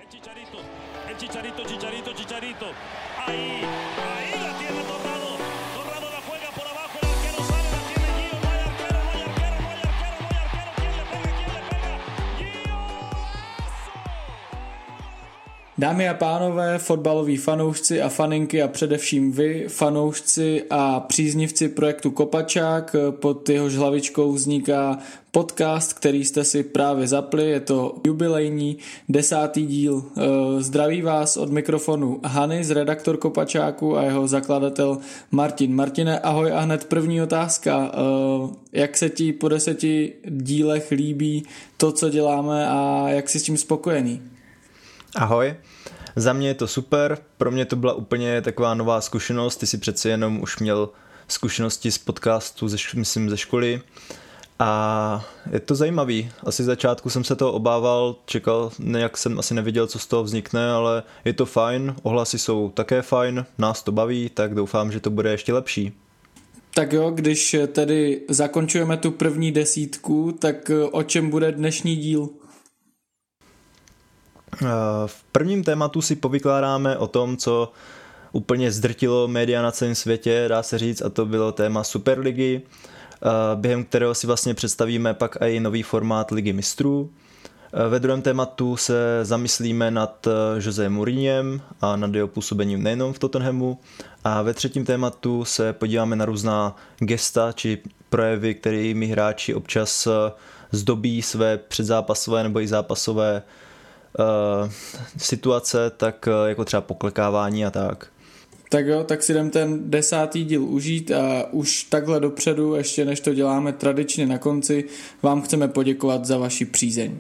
Chicharito, el Chicharito, Chicharito, Chicharito. Ahí la tiene Torrado. Torrado la juega por abajo, el arquero sale, la tiene Gio. No hay arquero, no hay arquero, no hay arquero, no hay arquero. ¿Quién le pega? ¿Quién le pega? Gio. Dámy a pánové, fotbaloví fanoušci a faninky a především vy, fanoušci a příznivci projektu Kopačák, pod jehož hlavičkou vzniká podcast, který jste si právě zapli, je to jubilejní 10. díl. Zdraví vás od mikrofonu Hanys, redaktor Kopačáku, a jeho zakladatel Martin. Martine, ahoj, a hned první otázka. Jak se ti po 10 dílech líbí to, co děláme, a jak jsi s tím spokojený? Ahoj, za mě je to super, pro mě to byla úplně taková nová zkušenost, ty si přece jenom už měl zkušenosti z podcastu, myslím ze školy, a je to zajímavý. Asi z začátku jsem se toho obával, čekal, nějak jsem asi nevěděl, co z toho vznikne, ale je to fajn, ohlasy jsou také fajn, nás to baví, tak doufám, že to bude ještě lepší. Tak jo, když tedy zakončujeme tu první 10, tak o čem bude dnešní díl? V prvním tématu si povykládáme o tom, co úplně zdrtilo média na celém světě, dá se říct, a to bylo téma Superligy, během kterého si vlastně představíme pak i nový formát Ligy mistrů. Ve druhém tématu se zamyslíme nad José Mourinhem a nad jeho působením nejenom v Tottenhamu, a ve třetím tématu se podíváme na různá gesta či projevy, kterými hráči občas zdobí své předzápasové nebo i zápasové situace, tak jako třeba poklekávání a tak. Tak jo, tak si jdem ten 10. díl užít, a už takhle dopředu, ještě než to děláme tradičně na konci, vám chceme poděkovat za vaši přízeň.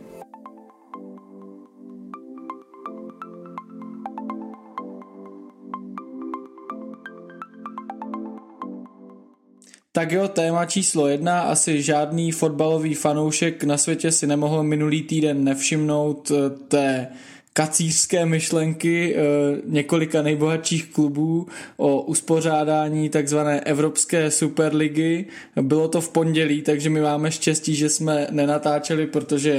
Tak jo, téma číslo 1. Asi žádný fotbalový fanoušek na světě si nemohl minulý týden nevšimnout té kacířské myšlenky několika nejbohatších klubů o uspořádání takzvané Evropské superligy. Bylo to v pondělí, takže my máme štěstí, že jsme nenatáčeli,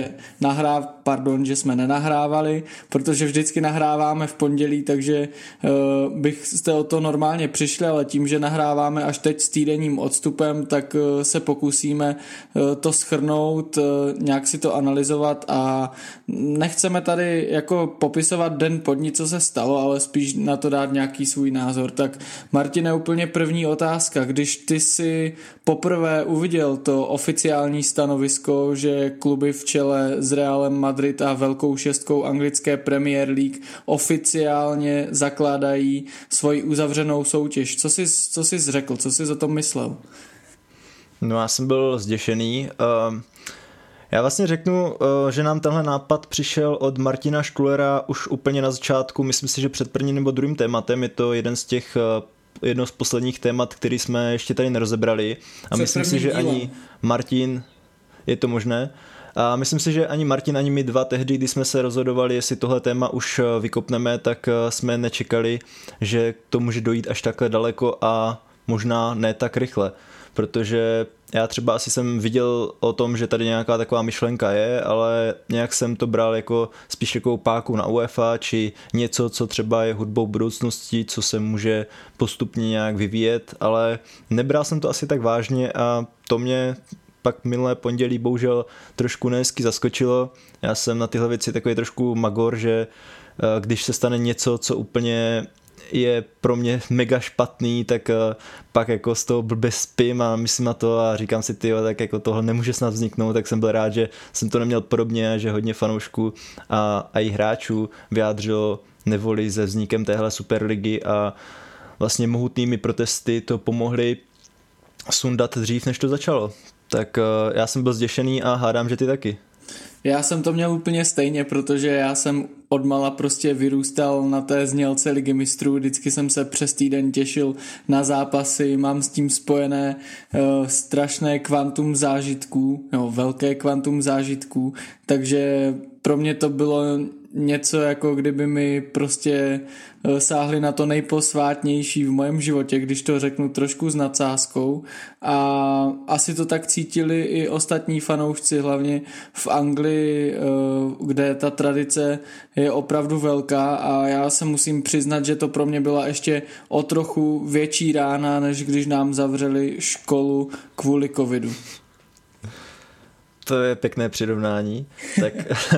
že jsme nenahrávali, protože vždycky nahráváme v pondělí, takže byste o to normálně přišli, ale tím, že nahráváme až teď s týdenním odstupem, tak se pokusíme to shrnout, nějak si to analyzovat, a nechceme tady jako popisovat den po dní, co se stalo, ale spíš na to dát nějaký svůj názor. Tak Martine, úplně první otázka. Když ty si poprvé uviděl to oficiální stanovisko, že kluby v čele s Realem Madrid a velkou šestkou anglické Premier League oficiálně zakládají svoji uzavřenou soutěž, co jsi řekl, co jsi o tom myslel? No, já jsem byl zděšený. Já vlastně řeknu, že nám tenhle nápad přišel od Martina Škulera už úplně na začátku, myslím si, že před prvním nebo druhým tématem, je to jedno z posledních témat, který jsme ještě tady nerozebrali, a myslím si, že ani Martin, je to možné, a myslím si, že ani Martin, ani my dva tehdy, když jsme se rozhodovali, jestli tohle téma už vykopneme, tak jsme nečekali, že to může dojít až takhle daleko a možná ne tak rychle, protože já třeba asi jsem viděl o tom, že tady nějaká taková myšlenka je, ale nějak jsem to bral jako spíš jako páku na UEFA, či něco, co třeba je hudbou budoucnosti, co se může postupně nějak vyvíjet, ale nebral jsem to asi tak vážně, a to mě pak minulé pondělí bohužel trošku nehezky zaskočilo. Já jsem na tyhle věci takový trošku magor, že když se stane něco, co úplně je pro mě mega špatný, tak pak jako z toho blbě spím a myslím na to a říkám si, tyjo, tak jako tohle nemůže snad vzniknout, tak jsem byl rád, že jsem to neměl podobně a že hodně fanoušků a i hráčů vyjádřilo nevoli se vznikem téhle superligy, a vlastně mohutnými protesty to pomohly sundat dřív, než to začalo. Tak já jsem byl zděšený a hádám, že ty taky. Já jsem to měl úplně stejně, protože já jsem odmala prostě vyrůstal na té znělce Ligy mistrů, vždycky jsem se přes týden těšil na zápasy, mám s tím spojené strašné kvantum zážitků, velké kvantum zážitků, takže pro mě to bylo něco jako kdyby mi prostě sáhli na to nejposvátnější v mém životě, když to řeknu trošku s nadsázkou, a asi to tak cítili i ostatní fanoušci, hlavně v Anglii, kde ta tradice je opravdu velká, a já se musím přiznat, že to pro mě byla ještě o trochu větší rána, než když nám zavřeli školu kvůli covidu. To je pěkné přirovnání. Tak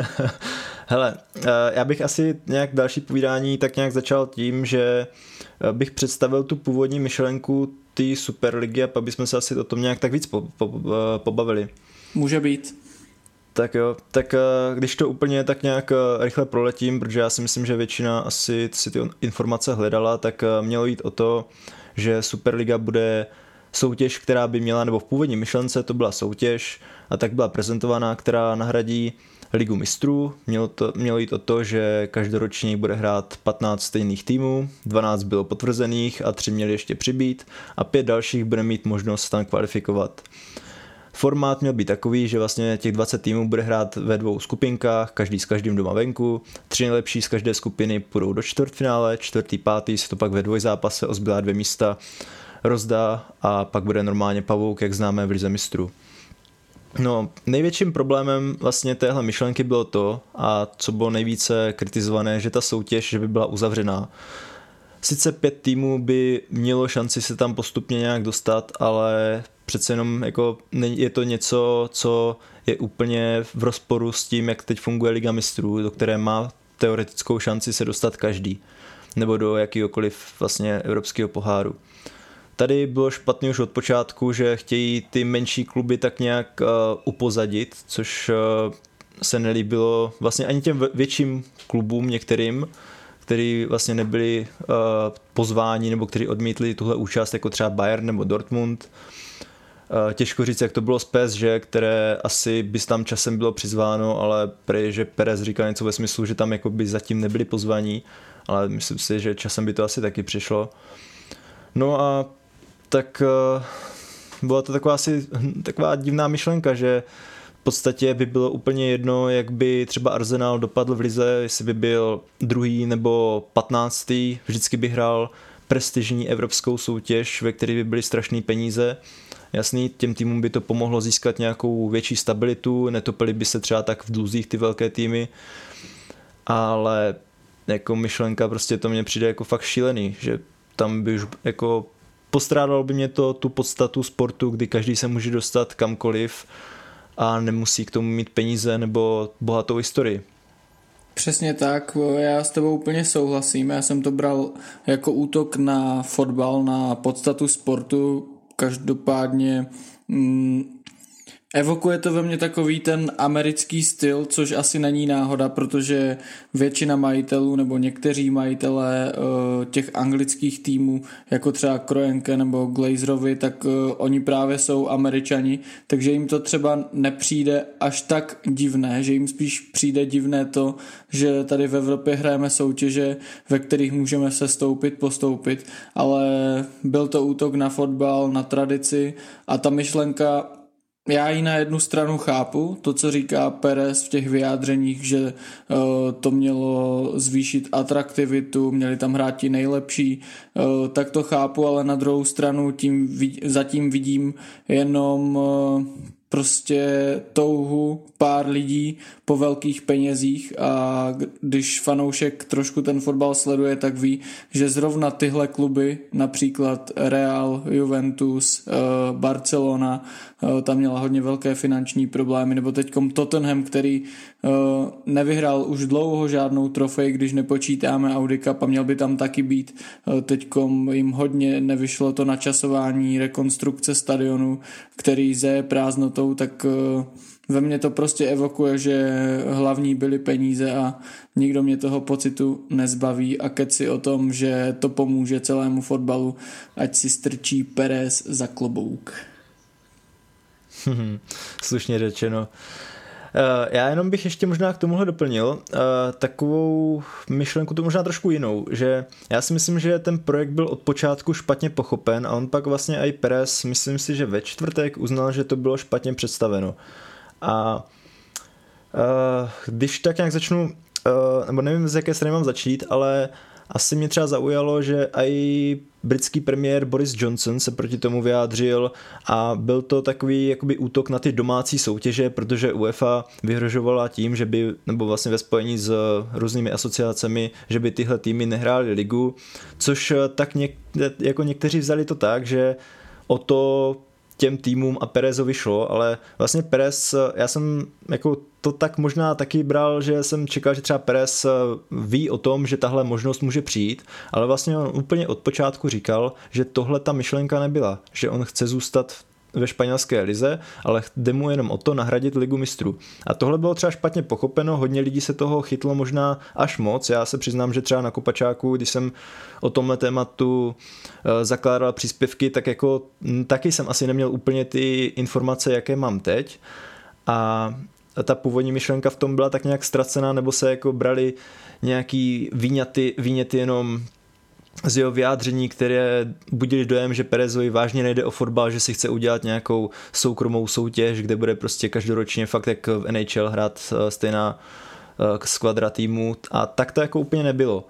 hele, já bych asi nějak další povídání tak nějak začal tím, že bych představil tu původní myšlenku té Superligy a pak bychom se asi o tom nějak tak víc pobavili. Může být. Tak jo, tak když to úplně tak nějak rychle proletím, protože já si myslím, že většina asi si ty informace hledala, tak mělo jít o to, že Superliga bude soutěž, která by měla, nebo v původní myšlence to byla soutěž a tak byla prezentovaná, která nahradí Ligu mistrů. Mělo jít o to, že každoročně bude hrát 15 stejných týmů, 12 bylo potvrzených a 3 měli ještě přibýt a 5 dalších bude mít možnost tam kvalifikovat. Formát měl být takový, že vlastně těch 20 týmů bude hrát ve 2 skupinkách, každý s každým doma venku, 3 nejlepší z každé skupiny půjdou do čtvrtfinále, 4., 5. se to pak ve dvojzápase o zbylá 2 místa rozdá a pak bude normálně pavouk, jak známe v Lize mistrů. No, největším problémem vlastně téhle myšlenky bylo to, a co bylo nejvíce kritizované, že ta soutěž že by byla uzavřená. Sice 5 týmů by mělo šanci se tam postupně nějak dostat, ale přece jenom jako je to něco, co je úplně v rozporu s tím, jak teď funguje Liga mistrů, do které má teoretickou šanci se dostat každý, nebo do jakýhokoliv vlastně evropského poháru. Tady bylo špatný už od počátku, že chtějí ty menší kluby tak nějak upozadit, což se nelíbilo vlastně ani těm větším klubům některým, který vlastně nebyli pozváni nebo kteří odmítli tuhle účast, jako třeba Bayern nebo Dortmund. Těžko říct, jak to bylo s PSG, které asi by tam časem bylo přizváno, ale že Perez říkal něco ve smyslu, že tam jako by zatím nebyli pozvaní, ale myslím si, že časem by to asi taky přišlo. No a tak byla to taková divná myšlenka, že v podstatě by bylo úplně jedno, jak by třeba Arsenal dopadl v lize, jestli by byl 2. nebo 15. Vždycky by hrál prestižní evropskou soutěž, ve které by byly strašné peníze. Jasný, těm týmům by to pomohlo získat nějakou větší stabilitu, netopily by se třeba tak v dluzích ty velké týmy, ale jako myšlenka prostě to mně přijde jako fakt šílený, že tam by už jako postrádalo by mě to tu podstatu sportu, kdy každý se může dostat kamkoliv a nemusí k tomu mít peníze nebo bohatou historii. Přesně tak, já s tebou úplně souhlasím, já jsem to bral jako útok na fotbal, na podstatu sportu, každopádně evokuje to ve mně takový ten americký styl, což asi není náhoda, protože většina majitelů nebo někteří majitelé těch anglických týmů, jako třeba Kroenke nebo Glazerovi, tak oni právě jsou Američani, takže jim to třeba nepřijde až tak divné, že jim spíš přijde divné to, že tady v Evropě hrajeme soutěže, ve kterých můžeme postoupit, ale byl to útok na fotbal, na tradici a ta myšlenka, já ji na jednu stranu chápu, to, co říká Perez v těch vyjádřeních, že to mělo zvýšit atraktivitu, měli tam hrát ti nejlepší, tak to chápu, ale na druhou stranu zatím vidím jenom prostě touhu pár lidí po velkých penězích, a když fanoušek trošku ten fotbal sleduje, tak ví, že zrovna tyhle kluby, například Real, Juventus, Barcelona, tam měla hodně velké finanční problémy, nebo teďkom Tottenham, který nevyhrál už dlouho žádnou trofej, když nepočítáme Audi Cup, a měl by tam taky být. Teďkom jim hodně nevyšlo to načasování rekonstrukce stadionu, který zeje prázdnotou, tak ve mně to prostě evokuje, že hlavní byly peníze a nikdo mě toho pocitu nezbaví, a keci o tom, že to pomůže celému fotbalu, ať si strčí Perez za klobouk. Slušně řečeno. Já jenom bych ještě možná k tomuhle doplnil takovou myšlenku, to možná trošku jinou, že já si myslím, že ten projekt byl od počátku špatně pochopen a on pak vlastně i Perez, myslím si, že ve čtvrtek uznal, že to bylo špatně představeno. A když tak nějak začnu nebo nevím, z jaké strany mám začít, ale asi mě třeba zaujalo, že i britský premiér Boris Johnson se proti tomu vyjádřil a byl to takový jakoby útok na ty domácí soutěže, protože UEFA vyhrožovala tím, že by, nebo vlastně ve spojení s různými asociacemi, že by tyhle týmy nehrály ligu, což tak jako někteří vzali to tak, že o to těm týmům a Perezovi šlo, ale vlastně Perez, já jsem jako to tak možná taky bral, že jsem čekal, že třeba Perez ví o tom, že tahle možnost může přijít, ale vlastně on úplně od počátku říkal, že tohle ta myšlenka nebyla, že on chce zůstat ve španělské lize, ale jde mu jenom o to nahradit ligu mistrů. A tohle bylo třeba špatně pochopeno, hodně lidí se toho chytlo možná až moc. Já se přiznám, že třeba na Kopačáku, když jsem o tomhle tématu zakládal příspěvky, tak jako taky jsem asi neměl úplně ty informace, jaké mám teď. A ta původní myšlenka v tom byla tak nějak ztracená, nebo se jako brali nějaký výňaty jenom z jeho vyjádření, které budili dojem, že Perezovi vážně nejde o fotbal, že si chce udělat nějakou soukromou soutěž, kde bude prostě každoročně fakt jak v NHL hrát stejná skvadra týmu, a tak to jako úplně nebylo.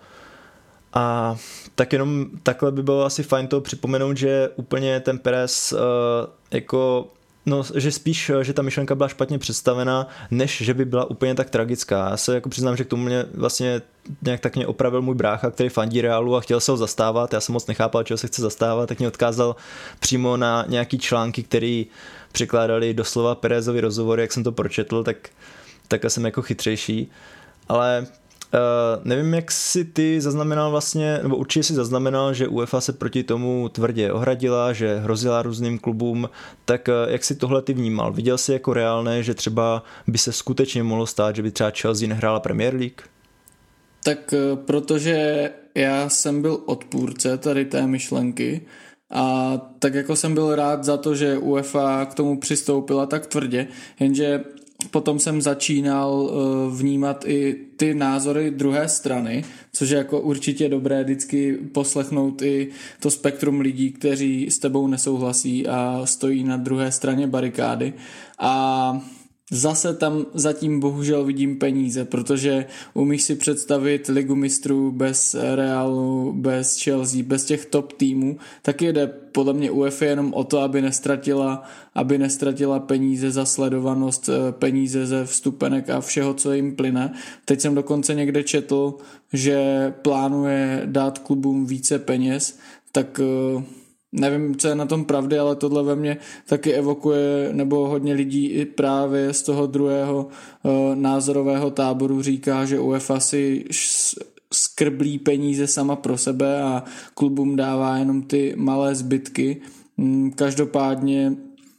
A tak jenom takhle by bylo asi fajn to připomenout, že úplně ten Perez jako no, že spíš, že ta myšlenka byla špatně představená, než že by byla úplně tak tragická. Já se jako přiznám, že k tomu mě vlastně nějak tak mě opravil můj brácha, který fandí Realu a chtěl se ho zastávat. Já jsem moc nechápal, čeho se chce zastávat, tak mě odkázal přímo na nějaký články, který překládali doslova Perezovi rozhovory, jak jsem to pročetl, tak jsem jako chytřejší. Ale nevím, jak si ty zaznamenal vlastně, nebo určitě si zaznamenal, že UEFA se proti tomu tvrdě ohradila, že hrozila různým klubům, tak jak si tohle ty vnímal? Viděl jsi jako reálné, že třeba by se skutečně mohlo stát, že by třeba Chelsea nehrála Premier League? Tak protože já jsem byl odpůrce tady té myšlenky a tak jako jsem byl rád za to, že UEFA k tomu přistoupila tak tvrdě, jenže potom jsem začínal vnímat i ty názory druhé strany, což je jako určitě dobré vždycky poslechnout i to spektrum lidí, kteří s tebou nesouhlasí a stojí na druhé straně barikády. A zase tam zatím bohužel vidím peníze, protože umíš si představit ligu mistrů bez Realu, bez Chelsea, bez těch top týmů, tak jde podle mě UEFA jenom o to, aby nestratila peníze za sledovanost, peníze ze vstupenek a všeho, co jim plyne. Teď jsem dokonce někde četl, že plánuje dát klubům více peněz, tak nevím, co je na tom pravdy, ale tohle ve mně taky evokuje, nebo hodně lidí i právě z toho druhého názorového táboru říká, že UEFA si skrblí peníze sama pro sebe a klubům dává jenom ty malé zbytky. Každopádně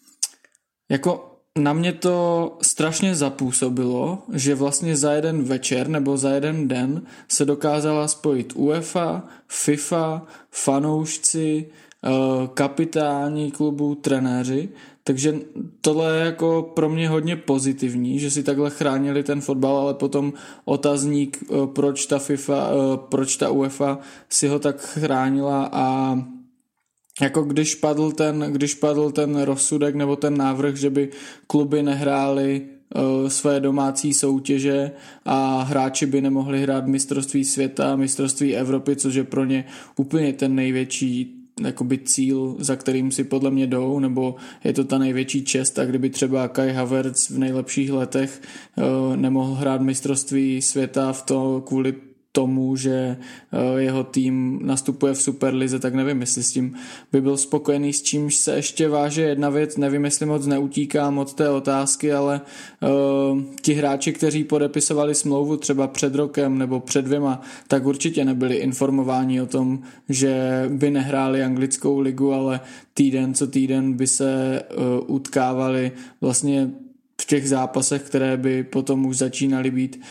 jako na mě to strašně zapůsobilo, že vlastně za jeden večer nebo za jeden den se dokázala spojit UEFA, FIFA, fanoušci, kapitáni klubů, trenéři, takže tohle je jako pro mě hodně pozitivní, že si takhle chránili ten fotbal, ale potom otazník, proč ta UEFA si ho tak chránila a jako když padl ten rozsudek nebo ten návrh, že by kluby nehrály své domácí soutěže a hráči by nemohli hrát mistrovství světa, mistrovství Evropy, což je pro ně úplně ten největší jakoby cíl, za kterým si podle mě jdou, nebo je to ta největší čest, a kdyby třeba Kai Havertz v nejlepších letech nemohl hrát mistrovství světa kvůli tomu, že jeho tým nastupuje v Superlize, tak nevím, jestli s tím by byl spokojený, s čímž se ještě váže jedna věc, nevím, jestli moc neutíkám od té otázky, ale ti hráči, kteří podepisovali smlouvu třeba před rokem nebo před 2, tak určitě nebyli informováni o tom, že by nehráli anglickou ligu, ale týden co týden by se utkávali vlastně v těch zápasech, které by potom už začínaly být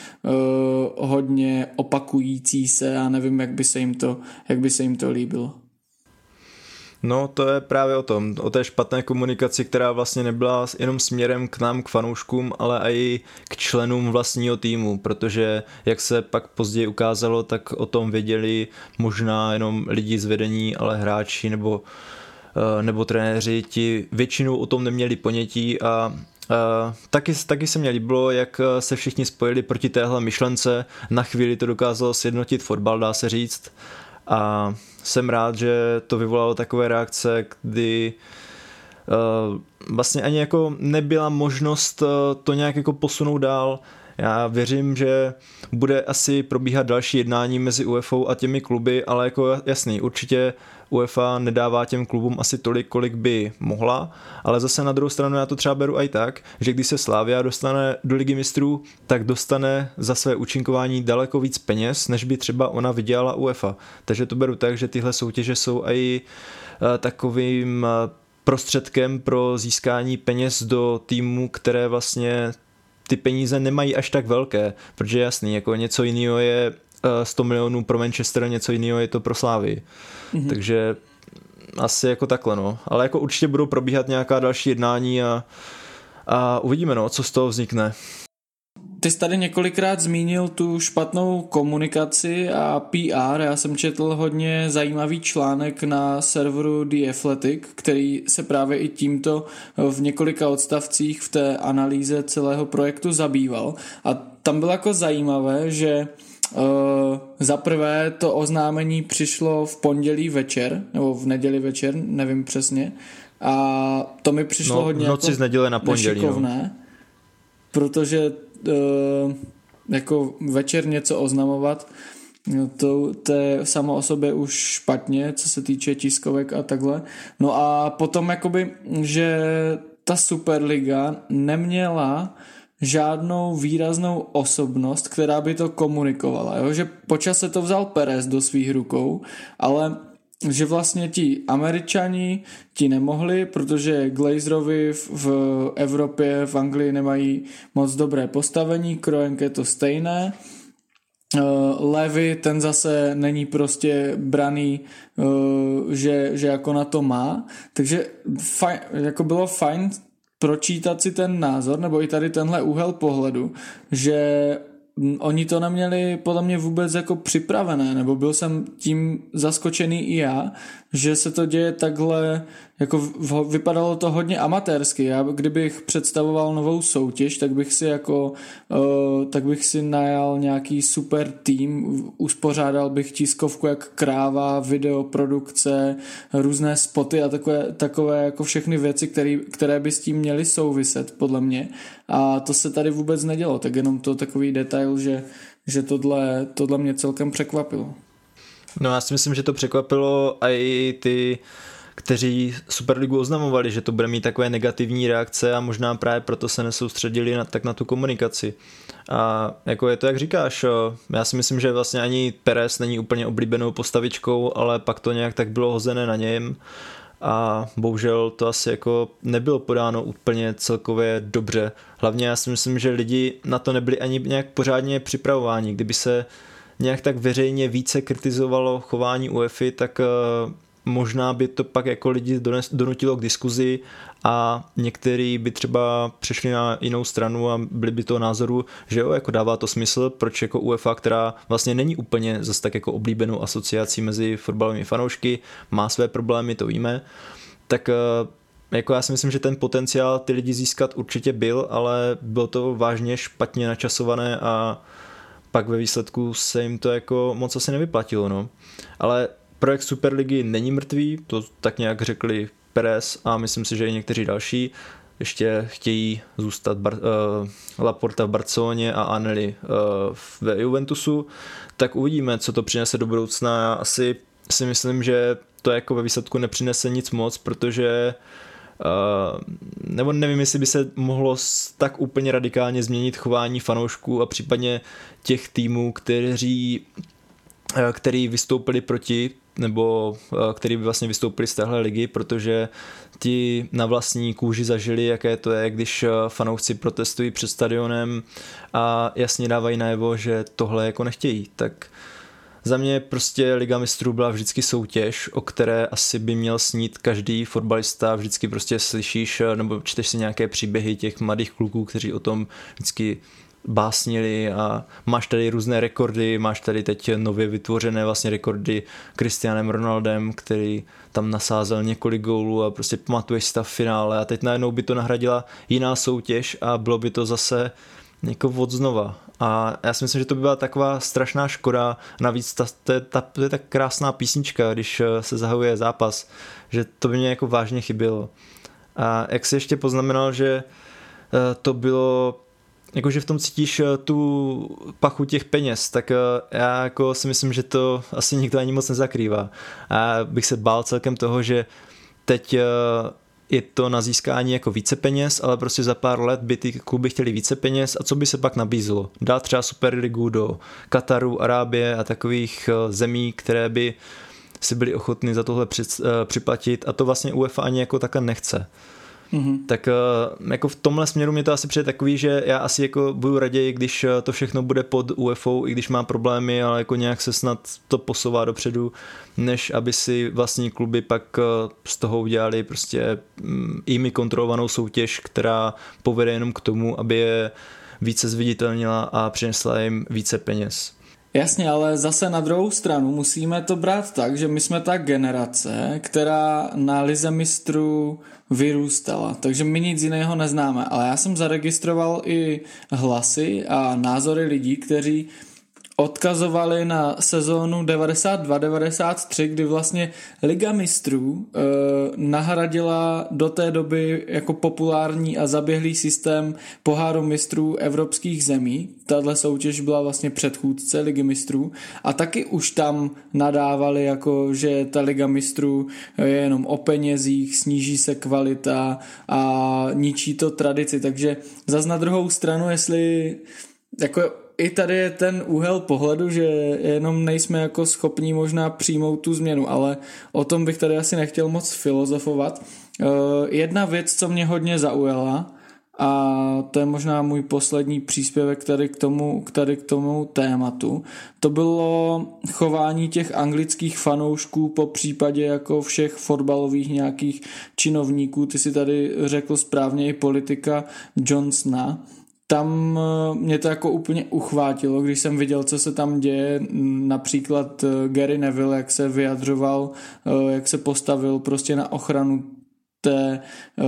hodně opakující se a nevím, jak by se jim to líbilo. No, to je právě o té špatné komunikaci, která vlastně nebyla jenom směrem k nám, k fanouškům, ale i k členům vlastního týmu, protože jak se pak později ukázalo, tak o tom věděli možná jenom lidi z vedení, ale hráči nebo trenéři, ti většinou o tom neměli ponětí a Taky se mě líbilo, jak se všichni spojili proti téhle myšlence. Na chvíli to dokázalo sjednotit fotbal, dá se říct. A jsem rád, že to vyvolalo takové reakce, kdy vlastně ani jako nebyla možnost to nějak jako posunout dál. Já věřím, že bude asi probíhat další jednání mezi UEFA a těmi kluby, ale jako jasný, určitě UEFA nedává těm klubům asi tolik, kolik by mohla, ale zase na druhou stranu já to třeba beru i tak, že když se Slavia dostane do Ligy mistrů, tak dostane za své účinkování daleko víc peněz, než by třeba ona vydělala UEFA. Takže to beru tak, že tyhle soutěže jsou i takovým prostředkem pro získání peněz do týmu, které vlastně ty peníze nemají až tak velké, protože jasný, jako něco jiného je 100 milionů pro Manchester, něco jiného je to pro Slávii. Takže asi jako takhle, no. Ale jako určitě budou probíhat nějaká další jednání a uvidíme, no, co z toho vznikne. Ty jsi tady několikrát zmínil tu špatnou komunikaci a PR. Já jsem četl hodně zajímavý článek na serveru The Athletic, který se právě i tímto v několika odstavcích v té analýze celého projektu zabýval. A tam bylo jako zajímavé, že za prvé to oznámení přišlo v pondělí večer, nebo v neděli večer, nevím přesně. A to mi přišlo hodně v noci jako z neděle na pondělí, nešikovné, protože jako večer něco oznamovat, to je samo o sobě už špatně, co se týče tiskovek a takhle. No a potom jakoby, že ta Superliga neměla žádnou výraznou osobnost, která by to komunikovala. Jo? Že počase to vzal Perez do svých rukou, ale že vlastně ti Američani ti nemohli, protože Glazerovi v Evropě, v Anglii nemají moc dobré postavení, Kroenke je to stejné, Levy, ten zase není prostě braný, že jako na to má, takže jako bylo fajn pročítat si ten názor, nebo i tady tenhle úhel pohledu, že oni to neměli podle mě vůbec jako připravené, nebo byl jsem tím zaskočený i já, že se to děje takhle, jako vypadalo to hodně amatérsky. Já kdybych představoval novou soutěž, tak bych si najal nějaký super tým, uspořádal bych tiskovku jak kráva, videoprodukce, různé spoty a takové jako všechny věci, které by s tím měly souviset, podle mě. A to se tady vůbec nedělo, tak jenom to takový detail, že tohle mě celkem překvapilo. No já si myslím, že to překvapilo i ty, kteří Superligu oznamovali, že to bude mít takové negativní reakce a možná právě proto se nesoustředili tak na tu komunikaci. A jako je to, jak říkáš, já si myslím, že vlastně ani Perez není úplně oblíbenou postavičkou, ale pak to nějak tak bylo hozené na něm a bohužel to asi jako nebylo podáno úplně celkově dobře. Hlavně já si myslím, že lidi na to nebyli ani nějak pořádně připravováni. Kdyby se nějak tak veřejně více kritizovalo chování UEFA, tak možná by to pak jako lidi donutilo k diskuzi a někteří by třeba přešli na jinou stranu a byli by toho názoru, že jo, jako dává to smysl, proč jako UEFA, která vlastně není úplně zase tak jako oblíbenou asociací mezi fotbalovými fanoušky, má své problémy, to víme, tak jako já si myslím, že ten potenciál ty lidi získat určitě byl, ale bylo to vážně špatně načasované a pak ve výsledku se jim to jako moc asi nevyplatilo, no. Ale projekt Superligy není mrtvý, to tak nějak řekli Perez a myslím si, že i někteří další ještě chtějí zůstat Laporta v Barceloně a Agnelli ve Juventusu, tak uvidíme, co to přinese do budoucna. Já asi si myslím, že to jako ve výsledku nepřinese nic moc, protože nebo nevím, jestli by se mohlo tak úplně radikálně změnit chování fanoušků a případně těch týmů, který vystoupili proti, nebo který by vlastně vystoupili z téhle ligy, protože ti na vlastní kůži zažili, jaké to je, když fanoušci protestují před stadionem a jasně dávají najevo, že tohle jako nechtějí. Tak za mě prostě Liga mistrů byla vždycky soutěž, o které asi by měl snít každý fotbalista, vždycky prostě slyšíš nebo čteš si nějaké příběhy těch mladých kluků, kteří o tom vždycky básnili a máš tady různé rekordy, máš tady teď nově vytvořené vlastně rekordy Cristianem Ronaldem, který tam nasázel několik gólů a prostě pamatuješ si ta finále a teď najednou by to nahradila jiná soutěž a bylo by to zase jako od znova. A já si myslím, že to by byla taková strašná škoda, navíc to je tak krásná písnička, když se zahajuje zápas, že to by mě jako vážně chybělo. A jak si ještě poznamenal, že to bylo jakože v tom cítíš tu pachu těch peněz, tak já jako si myslím, že to asi nikdo ani moc nezakrývá. A bych se bál celkem toho, že teď je to na získání jako více peněz, ale prostě za pár let by ty kluby chtěli více peněz a co by se pak nabízelo? Dát třeba Superligu do Kataru, Arábie a takových zemí, které by si byli ochotni za tohle připlatit a to vlastně UEFA ani jako takhle nechce. Mm-hmm. Tak jako v tomhle směru mě to asi přijde takový, že já asi jako budu raději, když to všechno bude pod UEFA, i když má problémy, ale jako nějak se snad to posouvá dopředu, než aby si vlastní kluby pak z toho udělali prostě jimi kontrolovanou soutěž, která povede jenom k tomu, aby je více zviditelnila a přinesla jim více peněz. Jasně, ale zase na druhou stranu musíme to brát tak, že my jsme ta generace, která na lize mistrů vyrůstala, takže my nic jiného neznáme, ale já jsem zaregistroval i hlasy a názory lidí, kteří odkazovali na sezónu 92-93, kdy vlastně Liga mistrů nahradila do té doby jako populární a zaběhlý systém poháru mistrů evropských zemí. Tahle soutěž byla vlastně předchůdce Ligy mistrů a taky už tam nadávali, jako, že ta Liga mistrů je jenom o penězích, sníží se kvalita a ničí to tradici. Takže zas na druhou stranu, jestli jako i tady je ten úhel pohledu, že jenom nejsme jako schopní možná přijmout tu změnu, ale o tom bych tady asi nechtěl moc filozofovat. Jedna věc, co mě hodně zaujala, a to je možná můj poslední příspěvek tady k tomu tématu, to bylo chování těch anglických fanoušků po případě jako všech fotbalových nějakých činovníků. Ty si tady řekl správně i politika Johnsona. Tam mě to jako úplně uchvátilo, když jsem viděl, co se tam děje, například Gary Neville, jak se vyjadřoval, jak se postavil prostě na ochranu té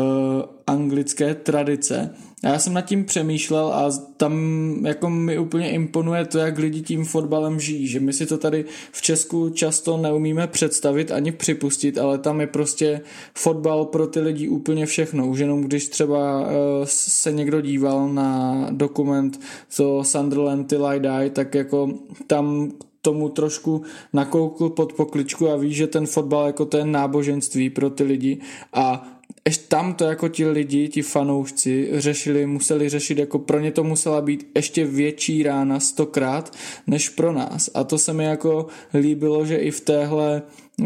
anglické tradice. A já jsem nad tím přemýšlel a tam jako mi úplně imponuje to, jak lidi tím fotbalem žijí, že my si to tady v Česku často neumíme představit ani připustit, ale tam je prostě fotbal pro ty lidi úplně všechno. Už jenom když třeba se někdo díval na dokument to Sunderland Till I Die, tak jako tam tomu trošku nakoukl pod pokličku a ví, že ten fotbal jako to je náboženství pro ty lidi a ještě tam to jako ti lidi, ti fanoušci museli řešit, jako pro ně to musela být ještě větší rána 100krát než pro nás a to se mi jako líbilo, že i v téhle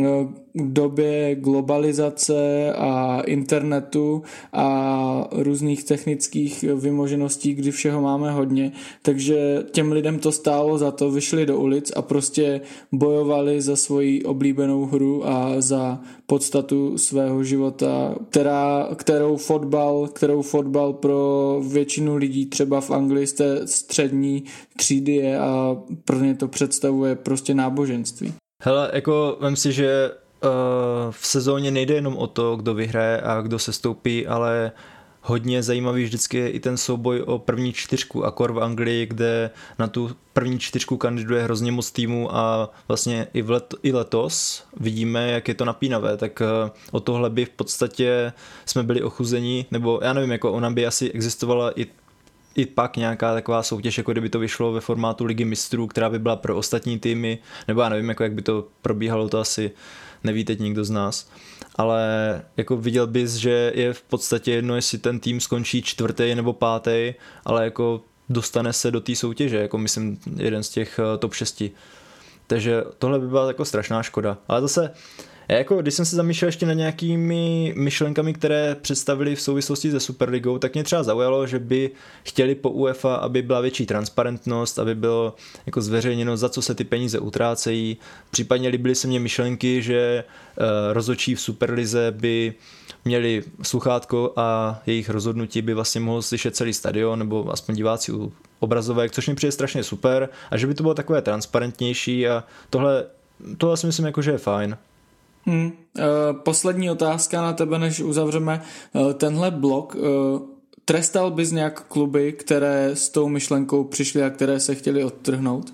době globalizace a internetu a různých technických vymožeností, kdy všeho máme hodně, takže těm lidem to stálo za to, vyšli do ulic a prostě bojovali za svoji oblíbenou hru a za podstatu svého života, kterou fotbal pro většinu lidí třeba v Anglii z té střední třídy je a pro ně to představuje prostě náboženství. Hele, jako vem si, že v sezóně nejde jenom o to, kdo vyhraje a kdo sestoupí, ale hodně zajímavý vždycky je i ten souboj o první čtyřku, akor v Anglii, kde na tu první čtyřku kandiduje hrozně moc týmů a vlastně i letos vidíme, jak je to napínavé, tak o tohle by v podstatě jsme byli ochuzení, nebo já nevím, jako ona by asi existovala i pak nějaká taková soutěž, jako kdyby to vyšlo ve formátu Ligy mistrů, která by byla pro ostatní týmy, nebo já nevím, jako jak by to probíhalo, to asi neví teď nikdo z nás, ale jako viděl bys, že je v podstatě jedno, jestli ten tým skončí 4. nebo 5., ale jako dostane se do té soutěže, jako myslím jeden z těch top 6. Takže tohle by byla jako strašná škoda, ale zase jako, když jsem se zamýšlel ještě nad nějakými myšlenkami, které představili v souvislosti se Superligou, tak mě třeba zaujalo, že by chtěli po UEFA, aby byla větší transparentnost, aby bylo jako zveřejněno, za co se ty peníze utrácejí. Případně líbily se mně myšlenky, že rozhodčí v Superlize by měli sluchátko a jejich rozhodnutí by vlastně mohl slyšet celý stadion, nebo aspoň diváci obrazovek, což mi přijde strašně super a že by to bylo takové transparentnější a tohle si myslím jako, že je fajn. Poslední otázka na tebe, než uzavřeme tenhle blok. Trestal bys nějak kluby, které s tou myšlenkou přišly a které se chtěly odtrhnout?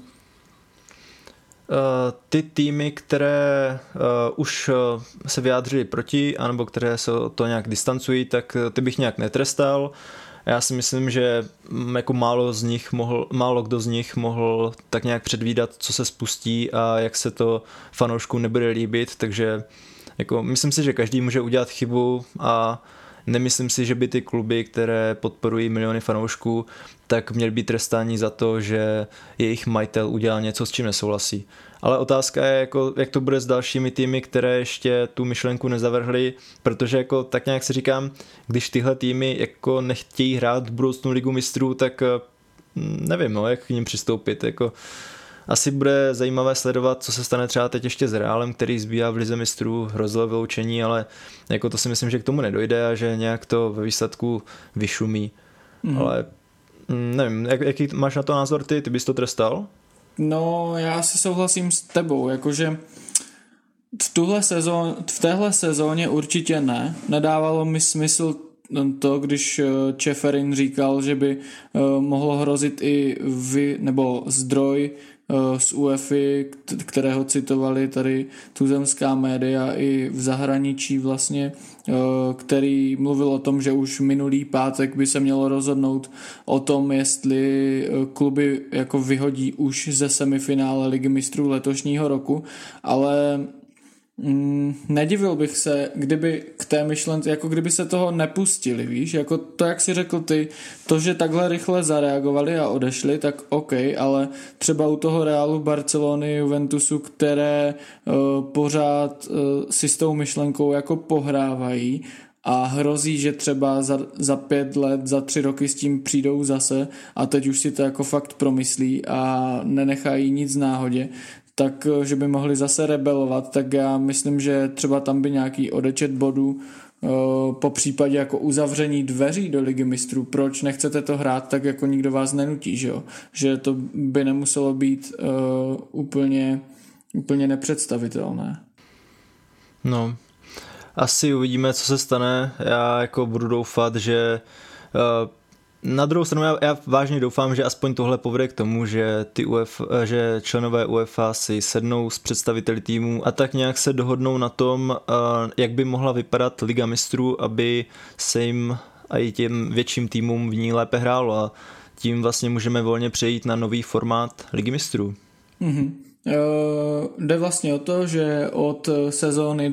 Ty týmy, které už se vyjádřily proti, anebo které se to nějak distancují, tak ty bych nějak netrestal. Já si myslím, že jako málo kdo z nich mohl tak nějak předvídat, co se spustí a jak se to fanouškům nebude líbit, takže jako myslím si, že každý může udělat chybu a nemyslím si, že by ty kluby, které podporují miliony fanoušků, tak měly být trestáni za to, že jejich majitel udělal něco, s čím nesouhlasí. Ale otázka je, jako, jak to bude s dalšími týmy, které ještě tu myšlenku nezavrhly, protože jako, tak nějak si říkám, když tyhle týmy jako nechtějí hrát v budoucnu Ligu mistrů, tak nevím, jak k ním přistoupit. Jako, asi bude zajímavé sledovat, co se stane třeba teď ještě s Realem, který zbývá v Lize mistrů, hrozilo vyloučení, ale jako to si myslím, že k tomu nedojde a že nějak to ve výsledku vyšumí. Ale nevím, jaký máš na to názor ty bys to trestal? No, já si souhlasím s tebou, jakože v téhle sezóně určitě ne. Nedávalo mi smysl to, když Čeferin říkal, že by mohlo hrozit i nebo zdroj z UEFI, kterého citovali tady tuzemská média i v zahraničí vlastně, který mluvil o tom, že už minulý pátek by se mělo rozhodnout o tom, jestli kluby jako vyhodí už ze semifinále Ligy mistrů letošního roku, ale nedivil bych se, kdyby k té myšlence, jako kdyby se toho nepustili, víš, jako to, jak jsi řekl ty, to, že takhle rychle zareagovali a odešli, tak OK, ale třeba u toho Realu, Barcelony, Juventusu, které pořád si s tou myšlenkou jako pohrávají a hrozí, že třeba za 5 let, za 3 roky s tím přijdou zase a teď už si to jako fakt promyslí a nenechají nic náhodě, tak, že by mohli zase rebelovat, tak já myslím, že třeba tam by nějaký odečet bodů po případě jako uzavření dveří do Ligy mistrů. Proč nechcete to hrát, tak jako nikdo vás nenutí, že jo? Že to by nemuselo být úplně nepředstavitelné. No, asi uvidíme, co se stane. Já jako budu doufat, že na druhou stranu já vážně doufám, že aspoň tohle povede k tomu, že že členové UEFA si sednou s představiteli týmů a tak nějak se dohodnou na tom, jak by mohla vypadat Liga mistrů, aby se jim a i těm větším týmům v ní lépe hrálo a tím vlastně můžeme volně přejít na nový formát Ligy mistrů. Jde vlastně o to, že od sezóny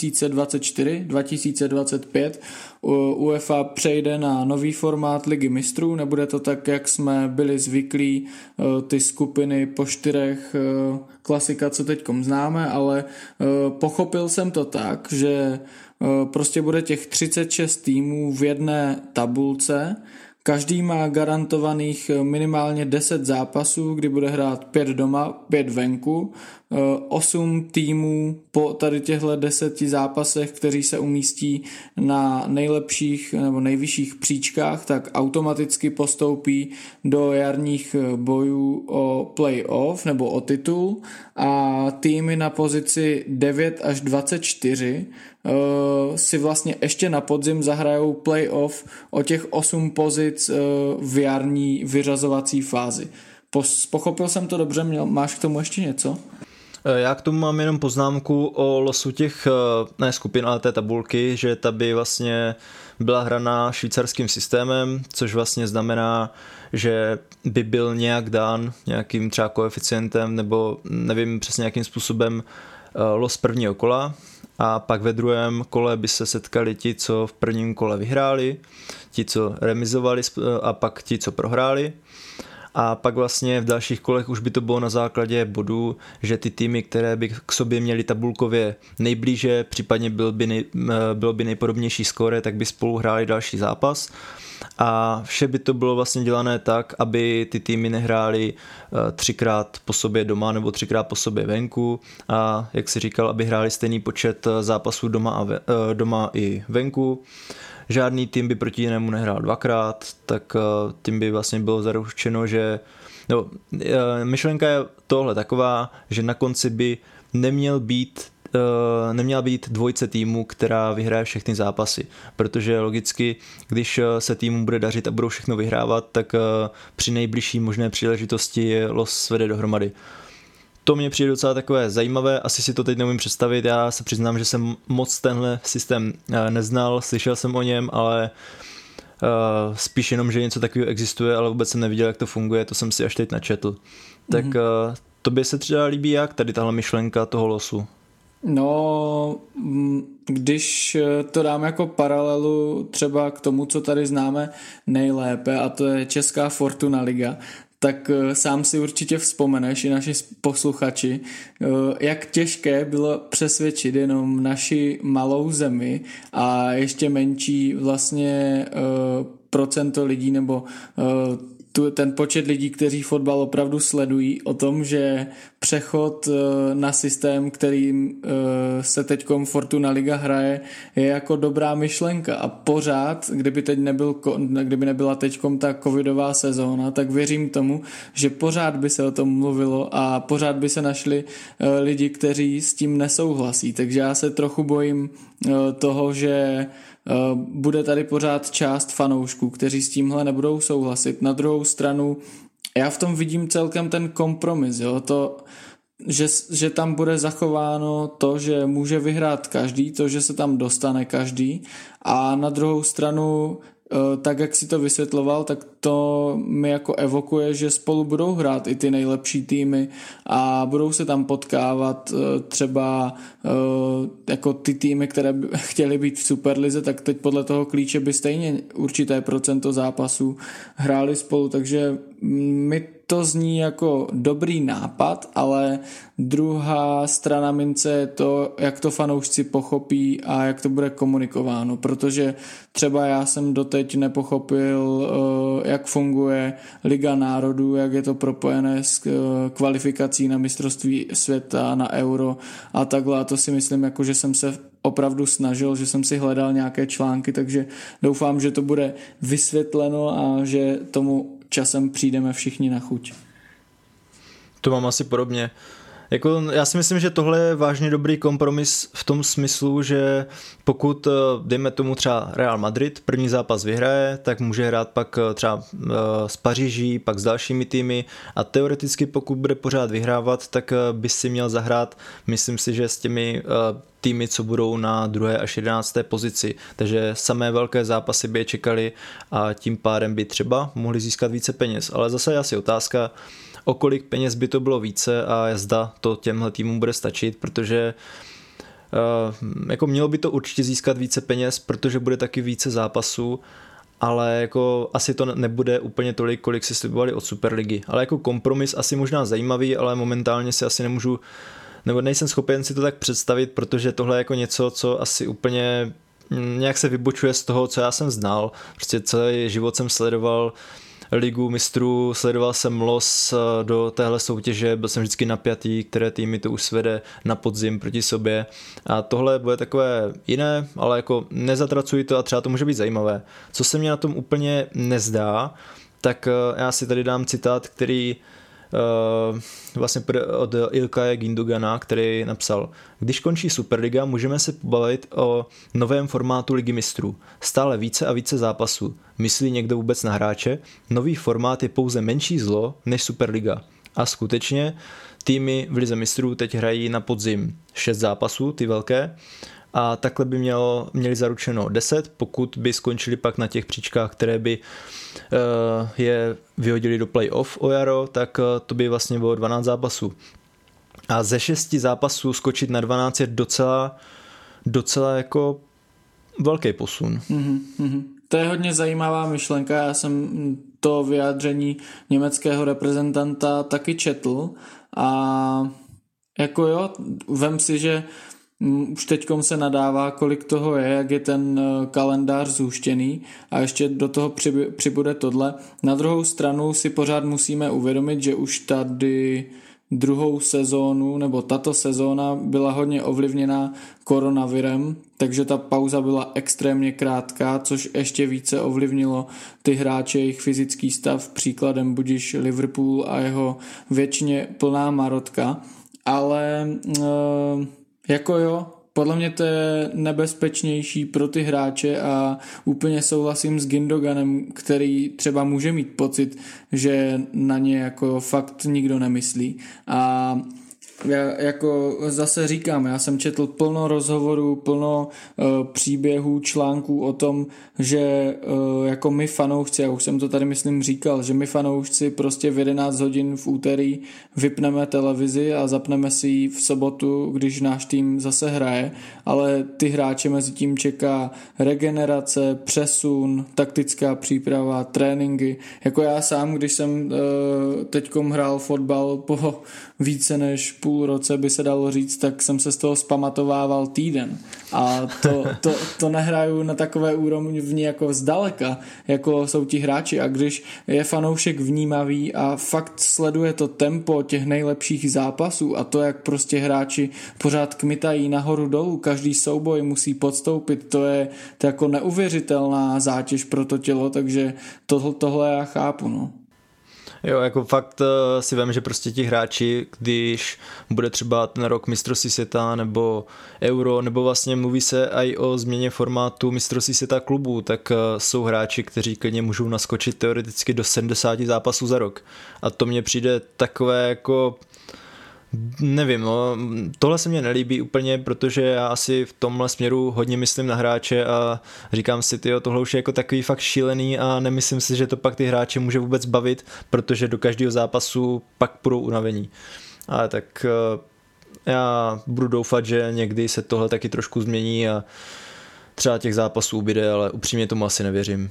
2024-2025 UEFA přejde na nový formát Ligy mistrů. Nebude to tak, jak jsme byli zvyklí, ty skupiny po 4 klasika, co teďkom známe, ale pochopil jsem to tak, že prostě bude těch 36 týmů v jedné tabulce. Každý má garantovaných minimálně 10 zápasů, kdy bude hrát 5 doma, 5 venku. 8 týmů po tady těchto 10 zápasech, kteří se umístí na nejlepších nebo nejvyšších příčkách, tak automaticky postoupí do jarních bojů o playoff nebo o titul a týmy na pozici 9 až 24 si vlastně ještě na podzim zahrajou playoff o těch 8 pozic v jarní vyřazovací fázi. Pochopil jsem to dobře, máš k tomu ještě něco? Já k tomu mám jenom poznámku o losu těch, ne skupin, ale té tabulky, že ta by vlastně byla hraná švýcarským systémem, což vlastně znamená, že by byl nějak dán nějakým třeba koeficientem nebo nevím přesně jakým způsobem los prvního kola a pak ve druhém kole by se setkali ti, co v prvním kole vyhráli, ti, co remizovali a pak ti, co prohráli. A pak vlastně v dalších kolech už by to bylo na základě bodů, že ty týmy, které by k sobě měly tabulkově nejblíže, případně bylo by nejpodobnější skóre, tak by spolu hráli další zápas. a vše by to bylo vlastně dělané tak, aby ty týmy nehrály 3x po sobě doma nebo 3x po sobě venku a jak si říkal, aby hráli stejný počet zápasů doma i venku. Žádný tým by proti jinému nehrál 2x, tak tím by vlastně bylo zaručeno, že myšlenka je tohle taková, že na konci by neměla být dvojice týmu, která vyhraje všechny zápasy, protože logicky, když se týmu bude dařit a budou všechno vyhrávat, tak při nejbližší možné příležitosti je los svede dohromady. To mě přijde docela takové zajímavé, asi si to teď neumím představit, já se přiznám, že jsem moc tenhle systém neznal, slyšel jsem o něm, ale spíš jenom, že něco takového existuje, ale vůbec jsem neviděl, jak to funguje, to jsem si až teď načetl. Tak tobě se třeba líbí jak tady tahle myšlenka toho losu? No, když to dám jako paralelu třeba k tomu, co tady známe nejlépe, a to je Česká Fortuna liga, tak sám si určitě vzpomeneš i naši posluchači, jak těžké bylo přesvědčit jenom naši malou zemi a ještě menší vlastně procento lidí nebo ten počet lidí, kteří fotbal opravdu sledují, o tom, že přechod na systém, kterým se teďkom Fortuna Liga hraje, je jako dobrá myšlenka a pořád, kdyby nebyla teďkom ta covidová sezóna, tak věřím tomu, že pořád by se o tom mluvilo a pořád by se našli lidi, kteří s tím nesouhlasí, takže já se trochu bojím toho, že bude tady pořád část fanoušků, kteří s tímhle nebudou souhlasit. Na druhou stranu já v tom vidím celkem ten kompromis, jo? To, že tam bude zachováno to, že může vyhrát každý, to, že se tam dostane každý a na druhou stranu tak, jak si to vysvětloval, tak to mi jako evokuje, že spolu budou hrát i ty nejlepší týmy a budou se tam potkávat třeba jako ty týmy, které by chtěly být v Superlize, tak teď podle toho klíče by stejně určité procento zápasů hráli spolu, takže mi to zní jako dobrý nápad, ale druhá strana mince je to, jak to fanoušci pochopí a jak to bude komunikováno, protože třeba já jsem doteď nepochopil, jak funguje Liga národů, jak je to propojené s kvalifikací na mistrovství světa, na Euro a takhle, a to si myslím, jako, že jsem se opravdu snažil, že jsem si hledal nějaké články, takže doufám, že to bude vysvětleno a že tomu časem přijdeme všichni na chuť. To mám asi podobně. Jako, já si myslím, že tohle je vážně dobrý kompromis v tom smyslu, že pokud, dejme tomu třeba Real Madrid, první zápas vyhraje, tak může hrát pak třeba s Paříží, pak s dalšími týmy a teoreticky pokud bude pořád vyhrávat, tak by si měl zahrát, myslím si, že s těmi týmy, co budou na 2. až 11. pozici. Takže samé velké zápasy by je čekali a tím pádem by třeba mohli získat více peněz. Ale zase je asi otázka, o kolik peněz by to bylo více a zda to těmhle týmům bude stačit, protože jako mělo by to určitě získat více peněz, protože bude taky více zápasů, ale jako asi to nebude úplně tolik, kolik si slibovali od Superligy. Ale jako kompromis asi možná zajímavý, ale momentálně si asi nemůžu, nebo nejsem schopen si to tak představit, protože tohle je jako něco, co asi úplně nějak se vybočuje z toho, co já jsem znal. Prostě celý život jsem sledoval Ligu mistrů, sledoval jsem los do téhle soutěže, byl jsem vždycky napjatý, které týmy to už svede na podzim proti sobě a tohle bude takové jiné, ale jako nezatracuji to a třeba to může být zajímavé. Co se mě na tom úplně nezdá, tak já si tady dám citát, který vlastně od Ilkaje Gündogana, který napsal: když končí Superliga, můžeme se pobavit o novém formátu Ligy mistrů. Stále více a více zápasů. Myslí někdo vůbec na hráče? Nový formát je pouze menší zlo než Superliga. A skutečně týmy v Lize mistrů teď hrají na podzim 6 zápasů, ty velké, a takhle by měli zaručeno 10, pokud by skončili pak na těch příčkách, které by je vyhodili do playoff o jaro, tak to by vlastně bylo 12 zápasů. A ze 6 zápasů skočit na 12 je docela jako velký posun. To je hodně zajímavá myšlenka, já jsem to vyjádření německého reprezentanta taky četl a jako jo, vem si, že už teďkom se nadává, kolik toho je, jak je ten kalendář zhuštěný a ještě do toho přibude tohle. Na druhou stranu si pořád musíme uvědomit, že už tady druhou sezónu, nebo tato sezóna byla hodně ovlivněná koronavirem, takže ta pauza byla extrémně krátká, což ještě více ovlivnilo ty hráče, jejich fyzický stav, příkladem budiž Liverpool a jeho věčně plná marotka, ale jako jo, podle mě to je nebezpečnější pro ty hráče a úplně souhlasím s Gündoganem, který třeba může mít pocit, že na ně jako fakt nikdo nemyslí. A já jako zase říkám, já jsem četl plno rozhovorů, plno příběhů, článků o tom, že jako my fanoušci, já už jsem to tady myslím říkal, že my fanoušci prostě v 11 hodin v úterý vypneme televizi a zapneme si ji v sobotu, když náš tým zase hraje, ale ty hráče mezi tím čeká regenerace, přesun, taktická příprava, tréninky. Jako já sám, když jsem teďkom hrál fotbal po více než půl roce, by se dalo říct, tak jsem se z toho zpamatovával týden. A to nehraju na takové úrovni jako zdaleka, jako jsou ti hráči. A když je fanoušek vnímavý a fakt sleduje to tempo těch nejlepších zápasů a to, jak prostě hráči pořád kmitají nahoru dolů, každý souboj musí podstoupit, to je jako neuvěřitelná zátěž pro to tělo, takže tohle já chápu, no. Jo, jako fakt si vím, že prostě ti hráči, když bude třeba ten rok mistrovství světa nebo Euro, nebo vlastně mluví se i o změně formátu mistrovství světa klubů, tak jsou hráči, kteří klidně můžou naskočit teoreticky do 70 zápasů za rok. A to mně přijde takové jako... Nevím, no, tohle se mně nelíbí úplně, protože já asi v tomhle směru hodně myslím na hráče a říkám si, tyjo, tohle už je jako takový fakt šílený a nemyslím si, že to pak ty hráče může vůbec bavit, protože do každého zápasu pak budou unavení. Ale tak já budu doufat, že někdy se tohle taky trošku změní a třeba těch zápasů ubyde, ale upřímně tomu asi nevěřím.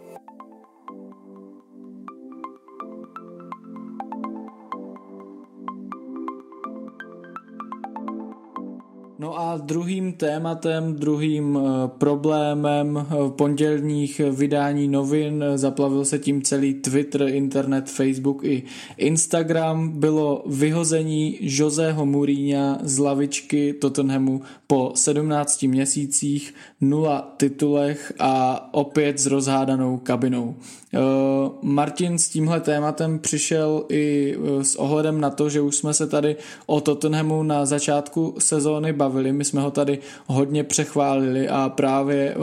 No a druhým tématem, druhým problémem pondělních vydání novin, zaplavil se tím celý Twitter, internet, Facebook i Instagram, bylo vyhození Joseho Mourinha z lavičky Tottenhamu po 17 měsících, 0 titulech a opět s rozhádanou kabinou. Martin s tímhle tématem přišel i s ohledem na to, že už jsme se tady o Tottenhamu na začátku sezóny bavili, my jsme ho tady hodně přechválili a právě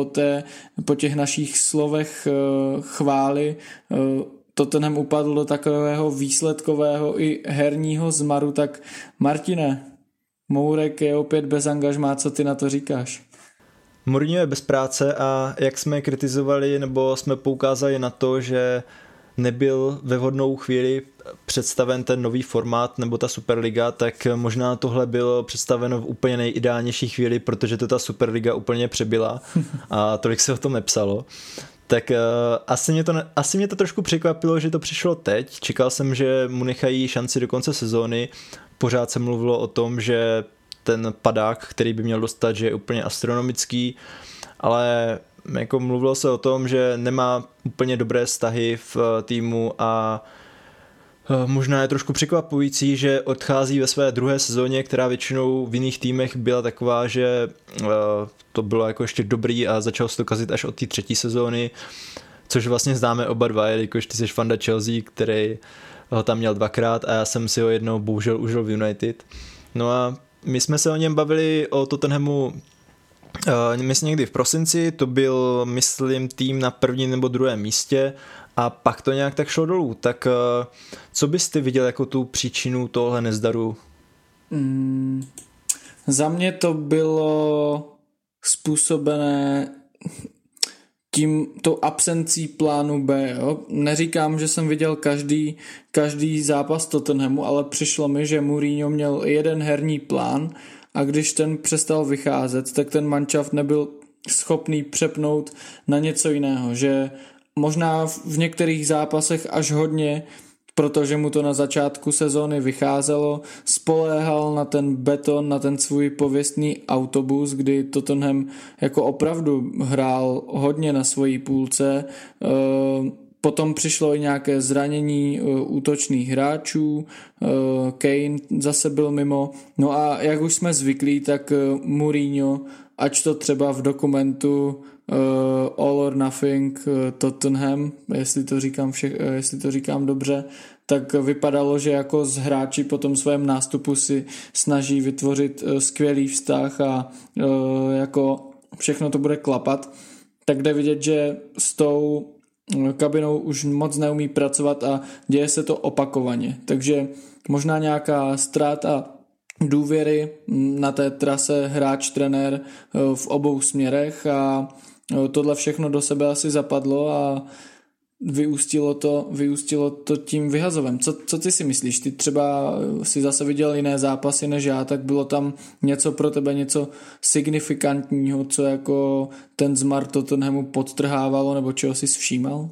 po těch našich slovech chvály Tottenham upadl do takového výsledkového i herního zmaru. Tak Martine, Mourek je opět bez angažmá, co ty na to říkáš? Mourinho je bez práce a jak jsme kritizovali nebo jsme poukázali na to, že nebyl ve vhodnou chvíli představen ten nový formát nebo ta Superliga, tak možná tohle bylo představeno v úplně nejideálnější chvíli, protože to ta Superliga úplně přebyla a tolik se o tom nepsalo. Tak asi mě to trošku překvapilo, že to přišlo teď. Čekal jsem, že mu nechají šanci do konce sezóny. Pořád se mluvilo o tom, že ten padák, který by měl dostat, že je úplně astronomický, ale jako mluvilo se o tom, že nemá úplně dobré vztahy v týmu a možná je trošku překvapující, že odchází ve své druhé sezóně, která většinou v jiných týmech byla taková, že to bylo jako ještě dobrý a začalo se to kazit až od té třetí sezóny, což vlastně známe oba dva, jelikož ty jsi fanda Chelsea, který ho tam měl dvakrát a já jsem si ho jednou bohužel užil v United. No a my jsme se o něm bavili, o Tottenhamu, myslím někdy v prosinci, to byl, myslím, tým na prvním nebo druhém místě a pak to nějak tak šlo dolů. Tak co bys ty viděl jako tu příčinu tohle nezdaru? Za mě to bylo způsobené tou absencí plánu B. Jo? Neříkám, že jsem viděl každý zápas Tottenhamu, ale přišlo mi, že Mourinho měl jeden herní plán a když ten přestal vycházet, tak ten manšaft nebyl schopný přepnout na něco jiného, že možná v některých zápasech až hodně protože mu to na začátku sezóny vycházelo, spoléhal na ten beton, na ten svůj pověstný autobus, kdy Tottenham jako opravdu hrál hodně na svojí půlce. Potom přišlo i nějaké zranění útočných hráčů, Kane zase byl mimo. No a jak už jsme zvyklí, tak Mourinho, ač to třeba v dokumentu All or Nothing Tottenham, jestli to říkám dobře, tak vypadalo, že jako z hráči po tom svém nástupu si snaží vytvořit skvělý vztah a jako všechno to bude klapat, tak jde vidět, že s tou kabinou už moc neumí pracovat a děje se to opakovaně. Takže možná nějaká ztráta důvěry na té trase hráč-trenér v obou směrech a tohle všechno do sebe asi zapadlo a vyústilo to tím vyhazovem. Co ty si myslíš? Ty třeba si zase viděl jiné zápasy než já, tak bylo tam něco pro tebe, něco signifikantního, co jako ten zmar Tottenhamu podtrhávalo nebo čeho jsi všímal?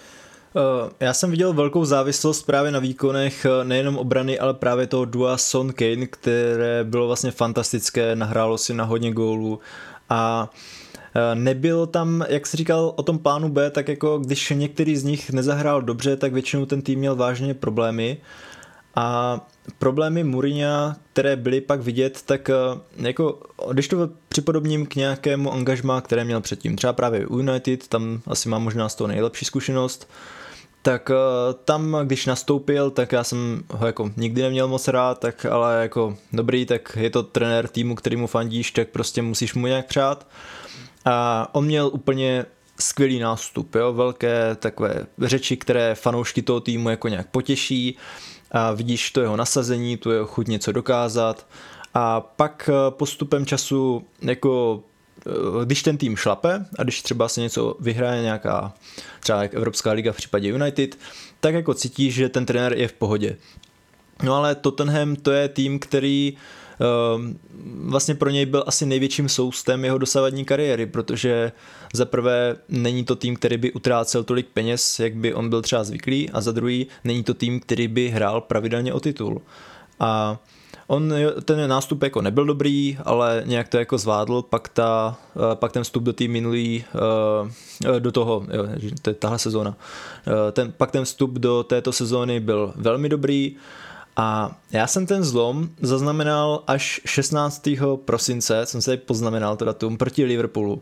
Já jsem viděl velkou závislost právě na výkonech nejenom obrany, ale právě toho dua Son Kane, které bylo vlastně fantastické, nahrálo si na hodně gólů a nebylo tam, jak jsi říkal o tom plánu B, tak jako když některý z nich nezahrál dobře, tak většinou ten tým měl vážně problémy a problémy Mourinha, které byly pak vidět, tak jako když to připodobním k nějakému angažmá, které měl předtím, třeba právě u United, tam asi mám možná z toho nejlepší zkušenost, tak tam, když nastoupil, tak já jsem ho jako nikdy neměl moc rád, tak ale jako dobrý, tak je to trenér týmu, kterýmu fandíš, tak prostě musíš mu nějak přát. A on měl úplně skvělý nástup, jo? Velké takové řeči, které fanoušky toho týmu jako nějak potěší a vidíš to jeho nasazení, tu jeho chuť něco dokázat a pak postupem času jako když ten tým šlape a když třeba se něco vyhraje nějaká třeba jak Evropská liga v případě United, tak jako cítíš, že ten trenér je v pohodě. No ale Tottenham to je tým, který vlastně pro něj byl asi největším soustem jeho dosavadní kariéry, protože za prvé není to tým, který by utrácel tolik peněz, jak by on byl třeba zvyklý, a za druhý není to tým, který by hrál pravidelně o titul. A ten nástup jako nebyl dobrý, ale nějak to jako zvládl, pak ten vstup do té minulý, do toho, to je tahle sezóna, pak ten vstup do této sezóny byl velmi dobrý a já jsem ten zlom zaznamenal až 16. prosince, jsem se poznamenal to datum, proti Liverpoolu.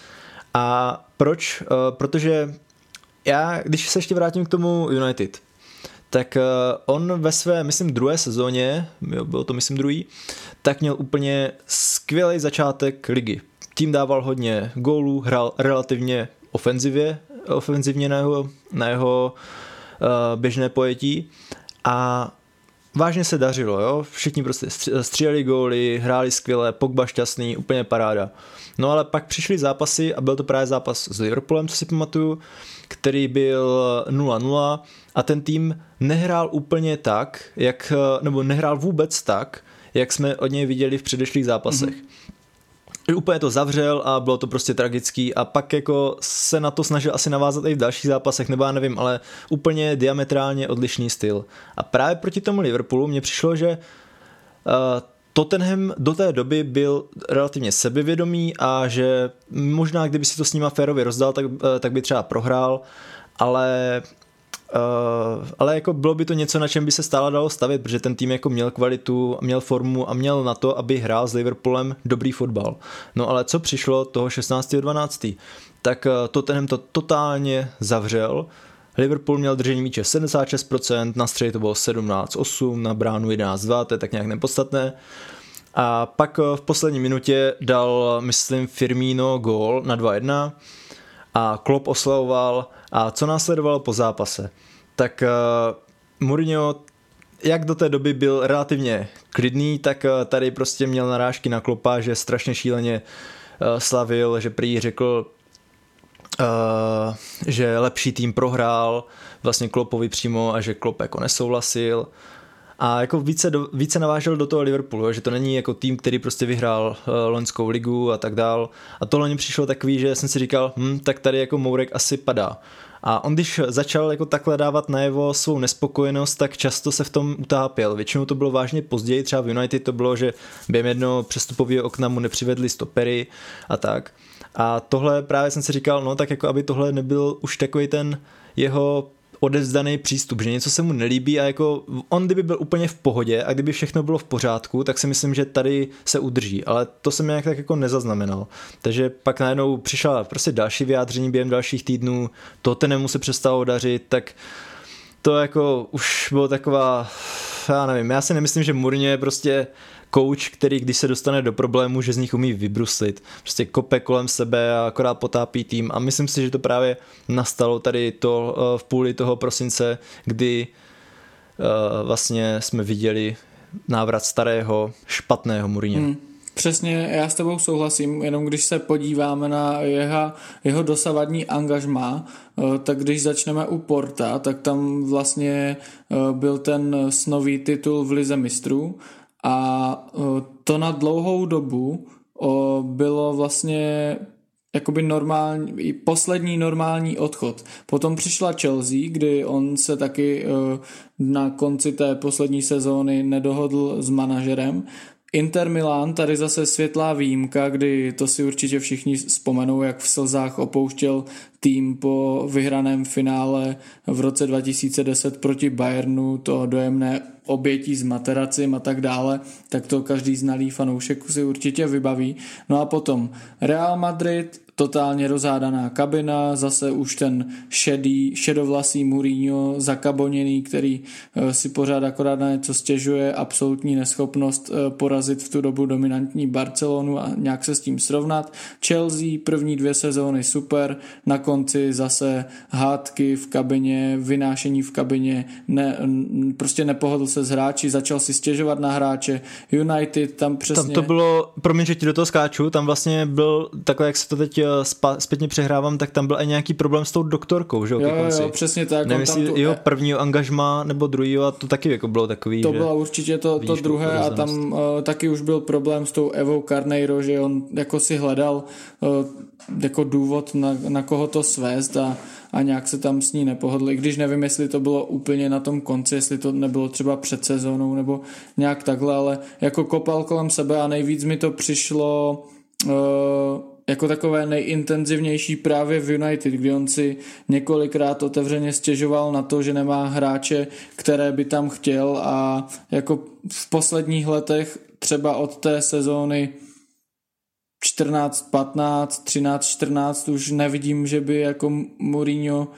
A proč? Protože já, když se ještě vrátím k tomu United, tak on ve své, myslím, druhé sezóně, bylo to myslím druhý, tak měl úplně skvělý začátek ligy. Tým dával hodně gólů, hrál relativně ofenzivně na jeho běžné pojetí a vážně se dařilo, jo? Všichni prostě stříleli góly, hráli skvěle, Pogba šťastný, úplně paráda. No ale pak přišly zápasy a byl to právě zápas s Liverpoolem, co si pamatuju, který byl 0-0 a ten tým nehrál úplně tak, nebo nehrál vůbec tak, jak jsme od něj viděli v předešlých zápasech. Úplně to zavřel a bylo to prostě tragický a pak jako se na to snažil asi navázat i v dalších zápasech, nebo já nevím, ale úplně diametrálně odlišný styl. A právě proti tomu Liverpoolu mně přišlo, že Tottenham do té doby byl relativně sebevědomý a že možná kdyby si to s nima férově rozdal, tak by třeba prohrál, ale jako bylo by to něco, na čem by se stále dalo stavět, protože ten tým jako měl kvalitu, měl formu a měl na to, aby hrál s Liverpoolem dobrý fotbal. No ale co přišlo toho 16.12. Tak Tottenham to totálně zavřel. Liverpool měl držení míče 76%, na střely to bylo 17-8, na bránu 11-2, to je tak nějak nepodstatné. A pak v poslední minutě dal, myslím, Firmino gól na 2-1 a Klopp oslavoval. A co následovalo po zápase? Tak Mourinho, jak do té doby byl relativně klidný, tak tady prostě měl narážky na Kloppa, že strašně šíleně slavil, že prý řekl, že lepší tým prohrál vlastně Kloppovi přímo a že Klopp jako nesouhlasil. A jako více navážel do toho Liverpoolu, že to není jako tým, který prostě vyhrál loňskou ligu a tak dál. A tohle mi přišlo takový, že jsem si říkal, tak tady jako Mourek asi padá. A on když začal jako takhle dávat najevo svou nespokojenost, tak často se v tom utápěl. Většinou to bylo vážně později, třeba v United to bylo, že během jednoho přestupového okna mu nepřivedli stopery a tak. A tohle právě jsem si říkal, no tak jako aby tohle nebyl už takový ten jeho odevzdaný přístup, že něco se mu nelíbí a jako on kdyby byl úplně v pohodě a kdyby všechno bylo v pořádku, tak si myslím, že tady se udrží, ale to jsem nějak tak jako nezaznamenal. Takže pak najednou přišla prostě další vyjádření během dalších týdnů, Tottenhamu se přestalo dařit, tak to jako už bylo taková, já nevím, já si nemyslím, že Mourinho je prostě coach, který když se dostane do problému, že z nich umí vybruslit. Prostě kope kolem sebe a akorát potápí tým a myslím si, že to právě nastalo tady to v půli toho prosince, kdy vlastně jsme viděli návrat starého, špatného Mourinha. Přesně, já s tebou souhlasím, jenom když se podíváme na jeho dosavadní angažmá, tak když začneme u Porta, tak tam vlastně byl ten snový titul v Lize mistrů a to na dlouhou dobu bylo vlastně jakoby poslední normální odchod. Potom přišla Chelsea, kdy on se taky na konci té poslední sezóny nedohodl s manažerem. Inter Milan, tady zase světlá výjimka, kdy to si určitě všichni vzpomenou, jak v slzách opouštěl tým po vyhraném finále v roce 2010 proti Bayernu, to dojemné obětí s materacím a tak dále, tak to každý znalý fanoušek si určitě vybaví. No a potom Real Madrid, totálně rozhádaná kabina, zase už ten šedovlasý Mourinho zakaboněný, který si pořád akorát na něco stěžuje, absolutní neschopnost porazit v tu dobu dominantní Barcelonu a nějak se s tím srovnat. Chelsea, první 2 sezóny super, na konci zase hádky v kabině, vynášení v kabině, prostě nepohodl se s hráči, začal si stěžovat na hráče. United tam přesně... Tam to bylo, promiň, že ti do toho skáču, tam vlastně byl takhle, jak se to teď zpětně přehrávám, tak tam byl i nějaký problém s tou doktorkou, že jo, Jo, přesně tak. Nevím, jestli jeho prvního angažmá nebo druhýho a to taky jako bylo takový, to že... bylo určitě to druhé a tam taky už byl problém s tou Evou Carneiro, že on jako si hledal jako důvod na koho to svést a nějak se tam s ní nepohodl, i když nevím, jestli to bylo úplně na tom konci, jestli to nebylo třeba před sezónou nebo nějak takhle, ale jako kopal kolem sebe a nejvíc mi to přišlo jako takové nejintenzivnější právě v United, kdy on si několikrát otevřeně stěžoval na to, že nemá hráče, které by tam chtěl a jako v posledních letech třeba od té sezóny 14-15, 13-14 už nevidím, že by jako Mourinho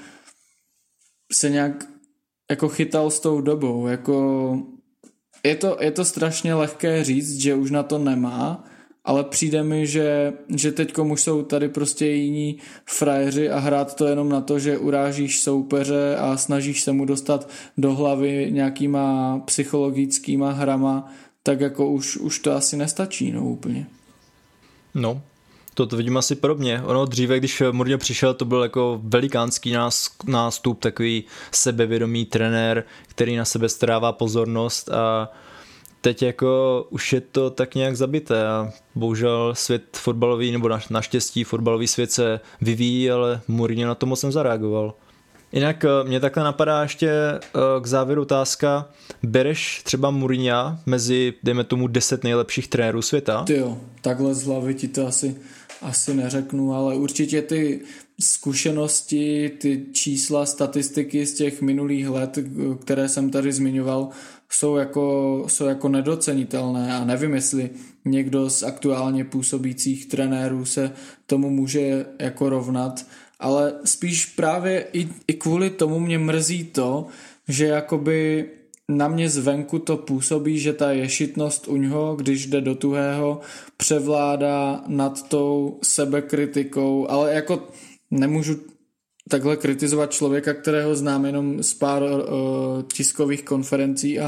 se nějak jako chytal s tou dobou. Jako je to strašně lehké říct, že už na to nemá, ale přijde mi, že teďkom už jsou tady prostě jiní frajeři a hrát to jenom na to, že urážíš soupeře a snažíš se mu dostat do hlavy nějakýma psychologickýma hrama, tak jako už to asi nestačí, no úplně. No, to vidím asi podobně. Ono dříve, když Mourinho přišel, to byl jako velikánský nástup, takový sebevědomý trenér, který na sebe strává pozornost a teď jako už je to tak nějak zabité a bohužel svět fotbalový, nebo naštěstí fotbalový svět se vyvíjí, ale Mourinho na to moc nezareagoval. Jinak mě takhle napadá ještě k závěru otázka, bereš třeba Mourinha mezi, dejme tomu, 10 nejlepších trenérů světa? Tyjo, takhle z hlavy ti to asi neřeknu, ale určitě ty zkušenosti, ty čísla, statistiky z těch minulých let, které jsem tady zmiňoval, jsou jako nedocenitelné a nevím, jestli někdo z aktuálně působících trenérů se tomu může jako rovnat, ale spíš právě i kvůli tomu mě mrzí to, že jakoby na mě zvenku to působí, že ta ješitnost u něho, když jde do tuhého, převládá nad tou sebekritikou, ale jako nemůžu takhle kritizovat člověka, kterého znám jenom z pár tiskových konferencí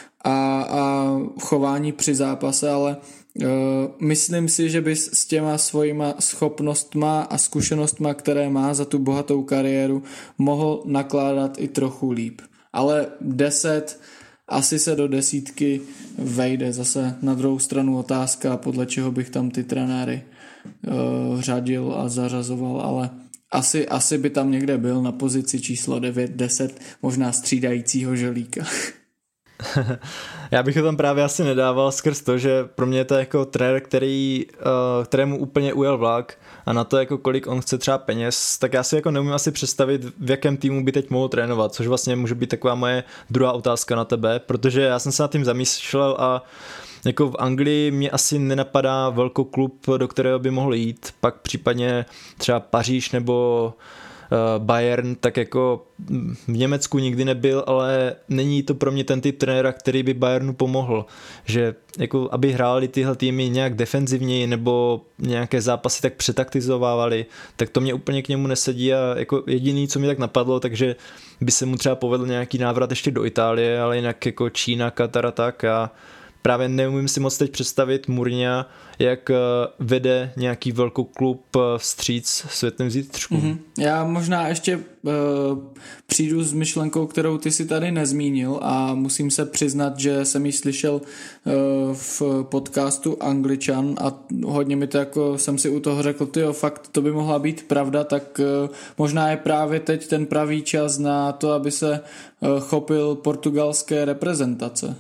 a chování při zápase, ale myslím si, že bys s těma svojima schopnostma a zkušenostma, které má za tu bohatou kariéru, mohl nakládat i trochu líp. Ale 10, asi se do 10 vejde. Zase na druhou stranu otázka, podle čeho bych tam ty trenéry řadil a zařazoval, asi by tam někde byl na pozici číslo 9, 10, možná střídajícího Žolíka. Já bych ho tam právě asi nedával skrz to, že pro mě je to jako trenér, kterému úplně ujel vlak a na to, jako kolik on chce třeba peněz, tak já si jako neumím asi představit, v jakém týmu by teď mohl trénovat, což vlastně může být taková moje druhá otázka na tebe, protože já jsem se nad tím zamýšlel a jako v Anglii mě asi nenapadá velký klub, do kterého by mohl jít, pak případně třeba Paříž nebo Bayern, tak jako v Německu nikdy nebyl, ale není to pro mě ten typ trenéra, který by Bayernu pomohl, že jako aby hráli tyhle týmy nějak defenzivněji nebo nějaké zápasy tak přetaktizovávali, tak to mě úplně k němu nesedí a jako jediný, co mi tak napadlo, takže by se mu třeba povedl nějaký návrat ještě do Itálie, ale jinak jako Čína, Katar a tak a právě neumím si moc teď představit Mourinha, jak vede nějaký velký klub vstříc světným zítřkům. Já možná ještě přijdu s myšlenkou, kterou ty si tady nezmínil a musím se přiznat, že jsem ji slyšel v podcastu Angličan a hodně mi to jako jsem si u toho řekl, tyjo, fakt to by mohla být pravda, tak možná je právě teď ten pravý čas na to, aby se chopil portugalské reprezentace.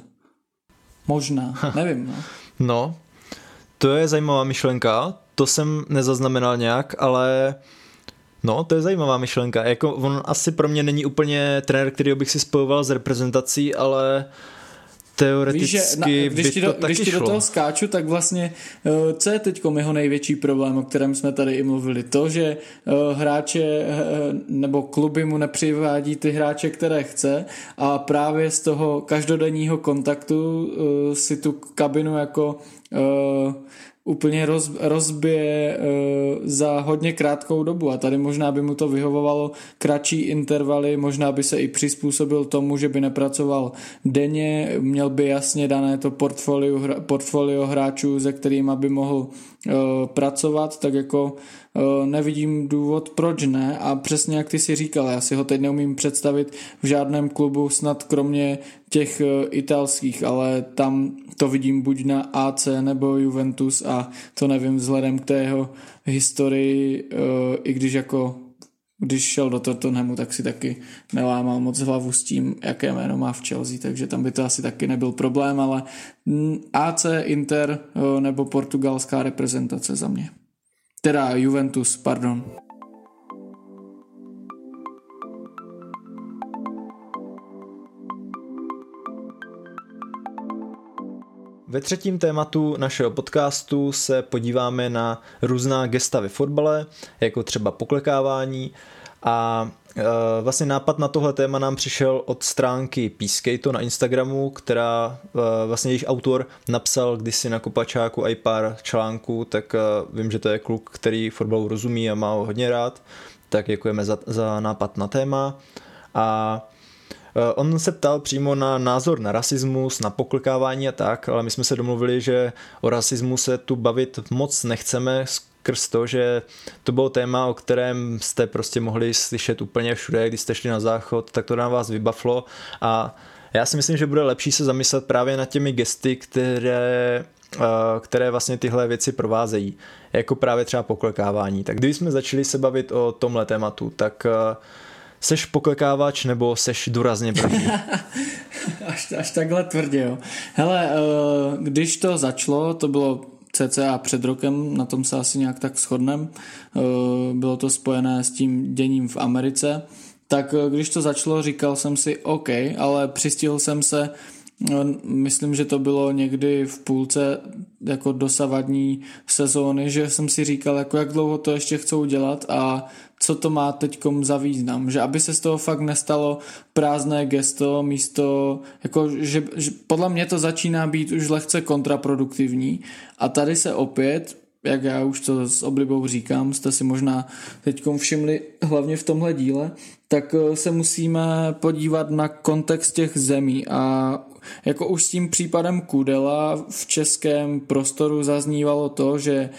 Možná, nevím. No, to je zajímavá myšlenka, to jsem nezaznamenal nějak, ale no, to je zajímavá myšlenka. Jako on asi pro mě není úplně trenér, kterýho bych si spojoval s reprezentací, ale teoreticky když ti do toho skáču, tak vlastně co je teďko jeho největší problém, o kterém jsme tady i mluvili? To, že hráče nebo kluby mu nepřivádí ty hráče, které chce a právě z toho každodenního kontaktu si tu kabinu jako úplně rozbije za hodně krátkou dobu a tady možná by mu to vyhovovalo kratší intervaly, možná by se i přizpůsobil tomu, že by nepracoval denně, měl by jasně dané to portfolio hráčů, se kterými by mohl pracovat, tak jako nevidím důvod, proč ne a přesně jak ty si říkal, já si ho teď neumím představit v žádném klubu, snad kromě těch italských, ale tam to vidím buď na AC nebo Juventus a to nevím vzhledem k té jeho historii, i když šel do Tottenhamu, tak si taky nelámal moc hlavu s tím, jaké jméno má v Chelsea, takže tam by to asi taky nebyl problém, ale AC, Inter nebo portugalská reprezentace za mě. Teda Juventus, pardon. Ve třetím tématu našeho podcastu se podíváme na různá gesta ve fotbale, jako třeba poklekávání a vlastně nápad na tohle téma nám přišel od stránky Peacecato na Instagramu, která vlastně jejich autor napsal kdysi na Kopačáku i pár článků, tak vím, že to je kluk, který fotbalu rozumí a má ho hodně rád, tak děkujeme za nápad na téma a on se ptal přímo na názor na rasismus, na poklekávání a tak, ale my jsme se domluvili, že o rasismu se tu bavit moc nechceme skrz to, že to bylo téma, o kterém jste prostě mohli slyšet úplně všude, když jste šli na záchod, tak to na vás vybaflo a já si myslím, že bude lepší se zamyslet právě nad těmi gesty, které vlastně tyhle věci provázejí, jako právě třeba poklekávání. Tak když jsme začali se bavit o tomhle tématu, tak seš poklekávač nebo seš důrazně proti? až takhle tvrdě, jo. Hele, když to začalo, to bylo cca před rokem, na tom se asi nějak tak shodneme, bylo to spojené s tím děním v Americe, tak když to začalo, říkal jsem si OK, ale přistihl jsem se, myslím, že to bylo někdy v půlce jako dosavadní sezóny, že jsem si říkal, jako jak dlouho to ještě chcou dělat a co to má teďkom za význam, že aby se z toho fakt nestalo prázdné gesto místo, jako že podle mě to začíná být už lehce kontraproduktivní a tady se opět, jak já už to s oblibou říkám, jste si možná teďkom všimli hlavně v tomhle díle, tak se musíme podívat na kontext těch zemí a jako už s tím případem Kudela v českém prostoru zaznívalo to,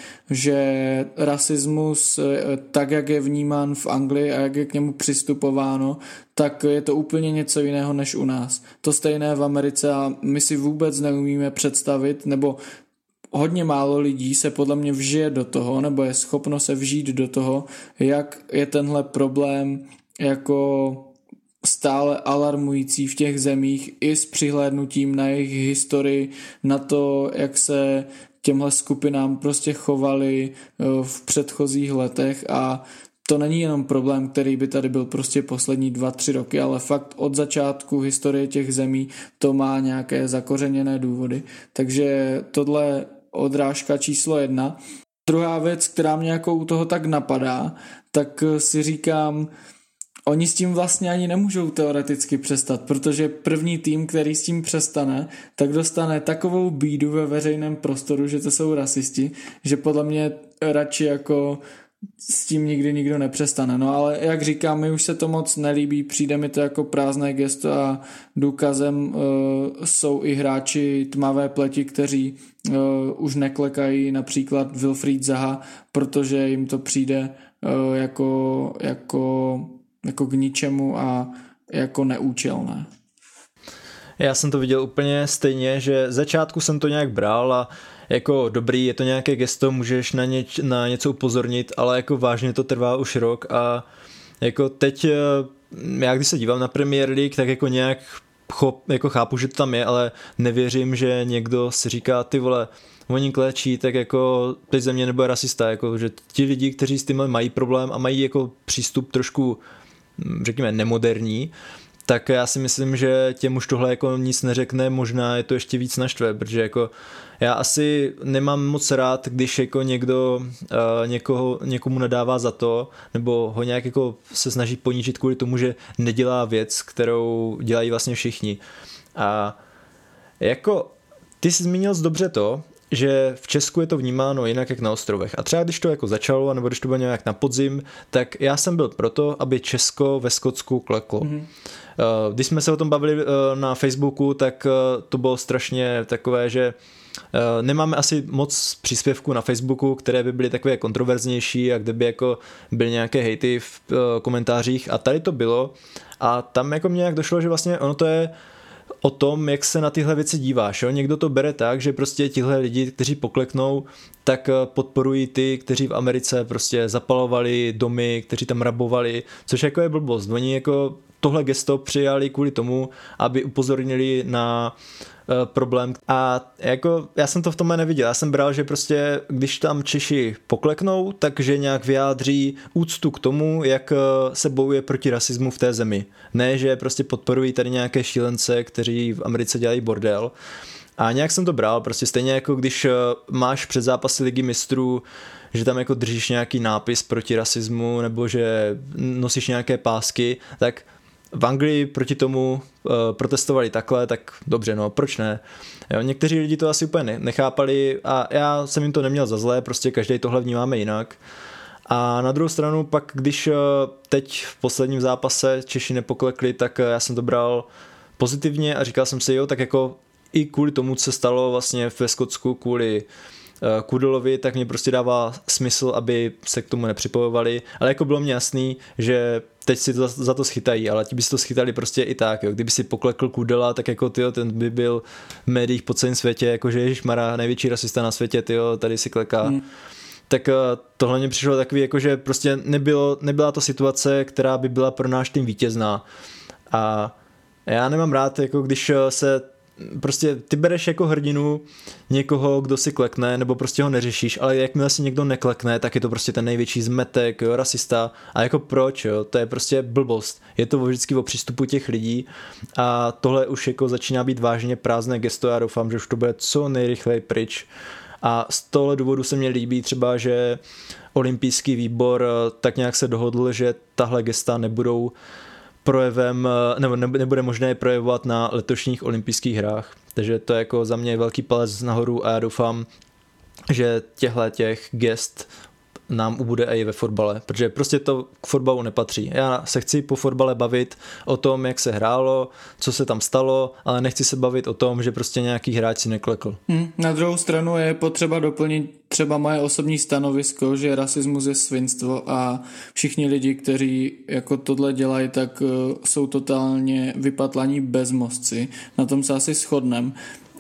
že rasismus, tak jak je vnímán v Anglii a jak je k němu přistupováno, tak je to úplně něco jiného než u nás. To stejné v Americe a my si vůbec neumíme představit, nebo hodně málo lidí se podle mě vžije do toho, nebo je schopno se vžít do toho, jak je tenhle problém jako stále alarmující v těch zemích i s přihlédnutím na jejich historii, na to, jak se těmhle skupinám prostě chovali v předchozích letech a to není jenom problém, který by tady byl prostě poslední 2-3 roky, ale fakt od začátku historie těch zemí to má nějaké zakořeněné důvody. Takže tohle odrážka číslo 1. Druhá věc, která mě jako u toho tak napadá, tak si říkám, oni s tím vlastně ani nemůžou teoreticky přestat, protože první tým, který s tím přestane, tak dostane takovou bídu ve veřejném prostoru, že to jsou rasisti, že podle mě radši jako s tím nikdy nikdo nepřestane. No ale jak říkám, mi už se to moc nelíbí, přijde mi to jako prázdné gesto a důkazem jsou i hráči tmavé pleti, kteří už neklekají, například Wilfried Zaha, protože jim to přijde jako k ničemu a jako neúčelné. Já jsem to viděl úplně stejně, že začátku jsem to nějak bral a jako dobrý, je to nějaké gesto, můžeš na něco upozornit, ale jako vážně to trvá už rok a jako teď, já když se dívám na Premier League, tak jako nějak jako chápu, že to tam je, ale nevěřím, že někdo si říká, ty vole, oni klečí, tak jako teď ze mě nebude rasista, jako, že ti lidi, kteří s tímhle mají problém a mají jako přístup trošku, řekněme, nemoderní, tak já si myslím, že těm už tohle jako nic neřekne, možná je to ještě víc naštve, protože jako já asi nemám moc rád, když jako někdo někomu nadává za to, nebo ho nějak jako se snaží ponížit kvůli tomu, že nedělá věc, kterou dělají vlastně všichni. A jako ty jsi zmínil dobře to, že v Česku je to vnímáno jinak jak na ostrovech. A třeba když to jako začalo, nebo když to bylo nějak na podzim, tak já jsem byl proto, aby Česko ve Skotsku kleklo. Mm-hmm. Když jsme se o tom bavili na Facebooku, tak to bylo strašně takové, že nemáme asi moc příspěvků na Facebooku, které by byly takové kontroverznější a kde by jako byly nějaké hejty v komentářích a tady to bylo a tam jako mě nějak došlo, že vlastně ono to je o tom, jak se na tyhle věci díváš. Jo? Někdo to bere tak, že prostě tihle lidi, kteří pokleknou, tak podporují ty, kteří v Americe prostě zapalovali domy, kteří tam rabovali, což jako je blbost. Oni jako tohle gesto přijali kvůli tomu, aby upozornili na problém. A jako já jsem to v tomhle neviděl. Já jsem bral, že prostě když tam Češi pokleknou, takže nějak vyjádří úctu k tomu, jak se bojuje proti rasismu v té zemi. Ne, že prostě podporují tady nějaké šílence, kteří v Americe dělají bordel. A nějak jsem to bral, prostě stejně jako když máš před zápasy Ligy mistrů, že tam jako držíš nějaký nápis proti rasismu nebo že nosíš nějaké pásky, tak v Anglii proti tomu protestovali takhle, tak dobře, no proč ne? Jo, někteří lidi to asi úplně nechápali a já jsem jim to neměl za zlé, prostě každý tohle vnímáme jinak. A na druhou stranu pak, když teď v posledním zápase Češi nepoklekli, tak já jsem to bral pozitivně a říkal jsem si, jo, tak jako i kvůli tomu, co se stalo vlastně ve Skotsku, kvůli Kudelovi, tak mě prostě dává smysl, aby se k tomu nepřipojovali, ale jako bylo mě jasný, že teď si to za to schytají, ale ti by si to schytali prostě i tak, jo. Kdyby si poklekl Kudela, tak jako tyjo, ten by byl v médiích po celém světě, jakože ježišmarja, největší rasista na světě, tyjo, tady si kleká. Tak tohle mě přišlo takový, jakože prostě nebyla to situace, která by byla pro náš tým vítězná. A já nemám rád, jako když se prostě ty bereš jako hrdinu někoho, kdo si klekne, nebo prostě ho neřešíš, ale jakmile si někdo neklekne, tak je to prostě ten největší zmetek, jo, rasista. A jako proč, jo, to je prostě blbost. Je to vždycky o přístupu těch lidí a tohle už jako začíná být vážně prázdné gesto. Já doufám, že už to bude co nejrychleji pryč. A z tohle důvodu se mně líbí třeba, že olympijský výbor tak nějak se dohodl, že tahle gesta nebudou projevem, nebo nebude možné je projevovat na letošních olympijských hrách. Takže to je jako za mě velký palec nahoru a já doufám, že těch gest nám ubude i ve fotbale, protože prostě to k fotbalu nepatří. Já se chci po fotbale bavit o tom, jak se hrálo, co se tam stalo, ale nechci se bavit o tom, že prostě nějaký hráč si neklekl. Na druhou stranu je potřeba doplnit třeba moje osobní stanovisko, že rasismus je svinstvo a všichni lidi, kteří jako tohle dělají, tak jsou totálně vypatlaní bezmozci. Na tom se asi shodneme.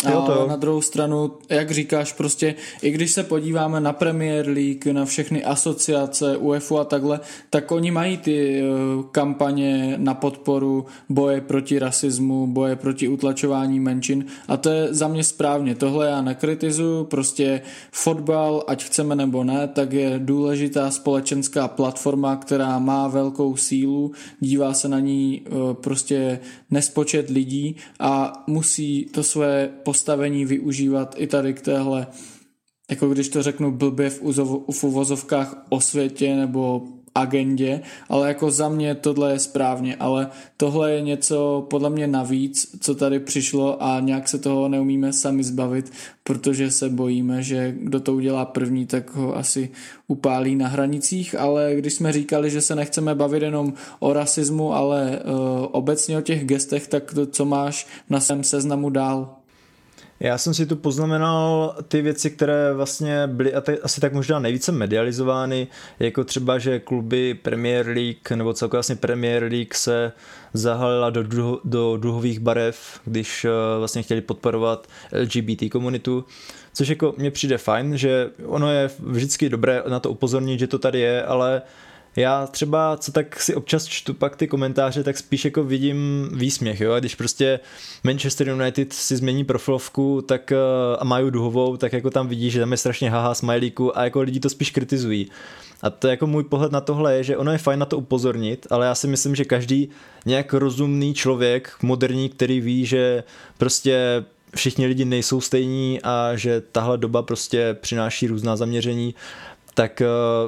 A na druhou stranu, jak říkáš, prostě i když se podíváme na Premier League, na všechny asociace, UEFA a takhle, tak oni mají ty kampaně na podporu boje proti rasismu, boje proti utlačování menšin a to je za mě správně. Tohle já nekritizuju, prostě fotbal, ať chceme nebo ne, tak je důležitá společenská platforma, která má velkou sílu, dívá se na ní prostě nespočet lidí a musí to své postavení využívat i tady k téhle, jako když to řeknu blbě v uvozovkách osvětě nebo agendě, ale jako za mě tohle je správně, ale tohle je něco podle mě navíc, co tady přišlo a nějak se toho neumíme sami zbavit, protože se bojíme, že kdo to udělá první, tak ho asi upálí na hranicích, ale když jsme říkali, že se nechceme bavit jenom o rasismu, ale obecně o těch gestech, tak to, co máš na svém seznamu dál? Já jsem si tu poznamenal ty věci, které vlastně byly asi tak možná nejvíce medializovány, jako třeba, že kluby Premier League nebo celkově vlastně Premier League se zahalila do duhových barev, když vlastně chtěli podporovat LGBT komunitu, což jako mně přijde fajn, že ono je vždycky dobré na to upozornit, že to tady je, ale já třeba, co tak si občas čtu pak ty komentáře, tak spíš jako vidím výsměch, jo, a když prostě Manchester United si změní profilovku tak, a mají duhovou, tak jako tam vidí, že tam je strašně haha smajlíku a jako lidi to spíš kritizují. A to jako můj pohled na tohle je, že ono je fajn na to upozornit, ale já si myslím, že každý nějak rozumný člověk, moderní, který ví, že prostě všichni lidi nejsou stejní a že tahle doba prostě přináší různá zaměření, tak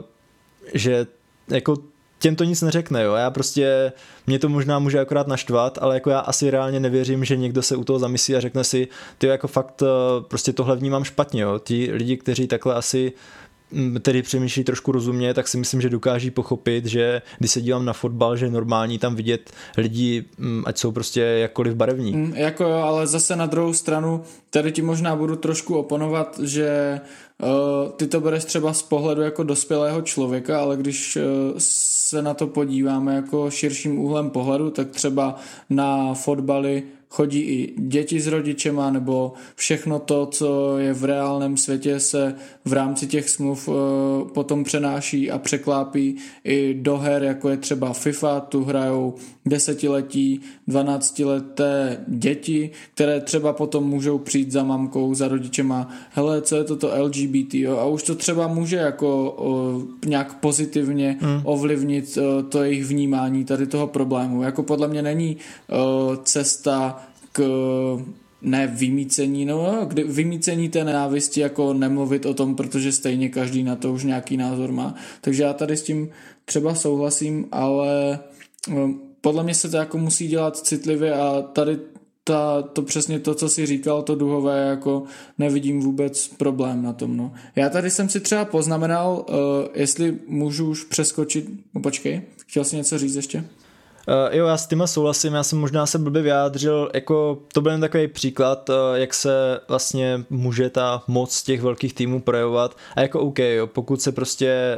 že jako těm to nic neřekne, jo, já prostě, mě to možná může akorát naštvat, ale jako já asi reálně nevěřím, že někdo se u toho zamyslí a řekne si, ty jako fakt prostě tohle vnímám špatně, jo, ti lidi, kteří takhle asi tedy přemýšlí trošku rozumně, tak si myslím, že dokáží pochopit, že když se dívám na fotbal, že je normální tam vidět lidi, ať jsou prostě jakkoliv barevní. Jako jo, ale zase na druhou stranu, tady ti možná budu trošku oponovat, že ty to bereš třeba z pohledu jako dospělého člověka, ale když se na to podíváme jako širším úhlem pohledu, tak třeba na fotbaly chodí i děti s rodičema, nebo všechno to, co je v reálném světě, se v rámci těch smluv potom přenáší a překlápí i do her, jako je třeba FIFA, tu hrajou 10letí, 12leté děti, které třeba potom můžou přijít za mamkou, za rodičema, hele, co je toto LGBT, jo? A už to třeba může jako nějak pozitivně ovlivnit to jejich vnímání tady toho problému. Jako podle mě není cesta k vymícení, vymícení té nenávisti, jako nemluvit o tom, protože stejně každý na to už nějaký názor má. Takže já tady s tím třeba souhlasím, ale podle mě se to jako musí dělat citlivě a tady to přesně to, co jsi říkal, to duhové, jako nevidím vůbec problém na tom. No. Já tady jsem si třeba poznamenal, jestli můžu už přeskočit, počkej, chtěl jsi něco říct ještě? Jo, já s tím souhlasím, já jsem možná se blbě vyjádřil, jako to byl jen takový příklad, jak se vlastně může ta moc těch velkých týmů projevovat a jako OK, jo, pokud se prostě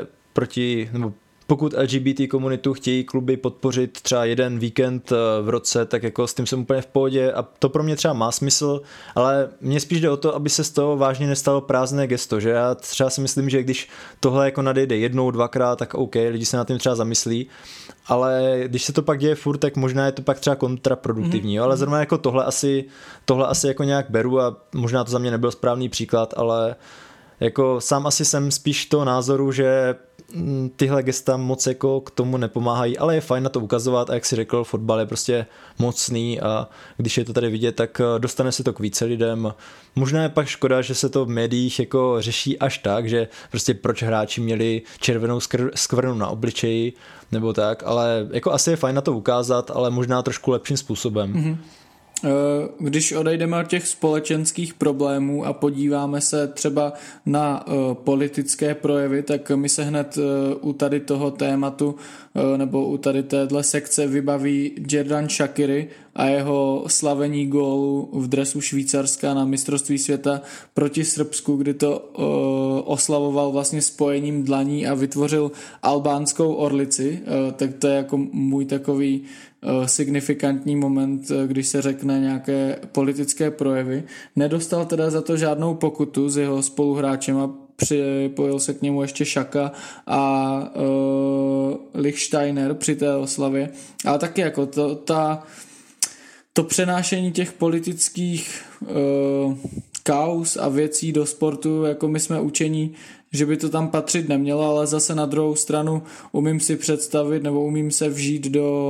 pokud LGBT komunitu chtějí kluby podpořit třeba jeden víkend v roce, tak jako s tím jsem úplně v pohodě a to pro mě třeba má smysl, ale mně spíš jde o to, aby se z toho vážně nestalo prázdné gesto, že já třeba si myslím, že když tohle jako nadejde jednou, dvakrát, tak OK, lidi se na tím třeba zamyslí, ale když se to pak děje furt, tak možná je to pak třeba kontraproduktivní, ale zrovna jako tohle asi jako nějak beru a možná to za mě nebyl správný příklad, ale jako sám asi jsem spíš toho názoru, že tyhle gesta moc jako k tomu nepomáhají, ale je fajn na to ukazovat a jak si řekl, fotbal je prostě mocný a když je to tady vidět, tak dostane se to k více lidem. Možná je pak škoda, že se to v médiích jako řeší až tak, že prostě proč hráči měli červenou skvrnu na obličeji nebo tak, ale jako asi je fajn na to ukázat, ale možná trošku lepším způsobem. Mm-hmm. Když odejdeme od těch společenských problémů a podíváme se třeba na politické projevy, tak mi se hned u tady toho tématu nebo u tady téhle sekce vybaví Xherdan Shaqiri a jeho slavení gólu v dresu Švýcarska na mistrovství světa proti Srbsku, kdy to oslavoval vlastně spojením dlaní a vytvořil albánskou orlici, tak to je jako můj takový signifikantní moment, když se řekne nějaké politické projevy. Nedostal teda za to žádnou pokutu s jeho spoluhráčem a připojil se k němu ještě Xhaka a Lichtsteiner při té oslavě. Ale taky jako to přenášení těch politických kauz a věcí do sportu, jako my jsme učení, že by to tam patřit nemělo, ale zase na druhou stranu umím si představit nebo umím se vžít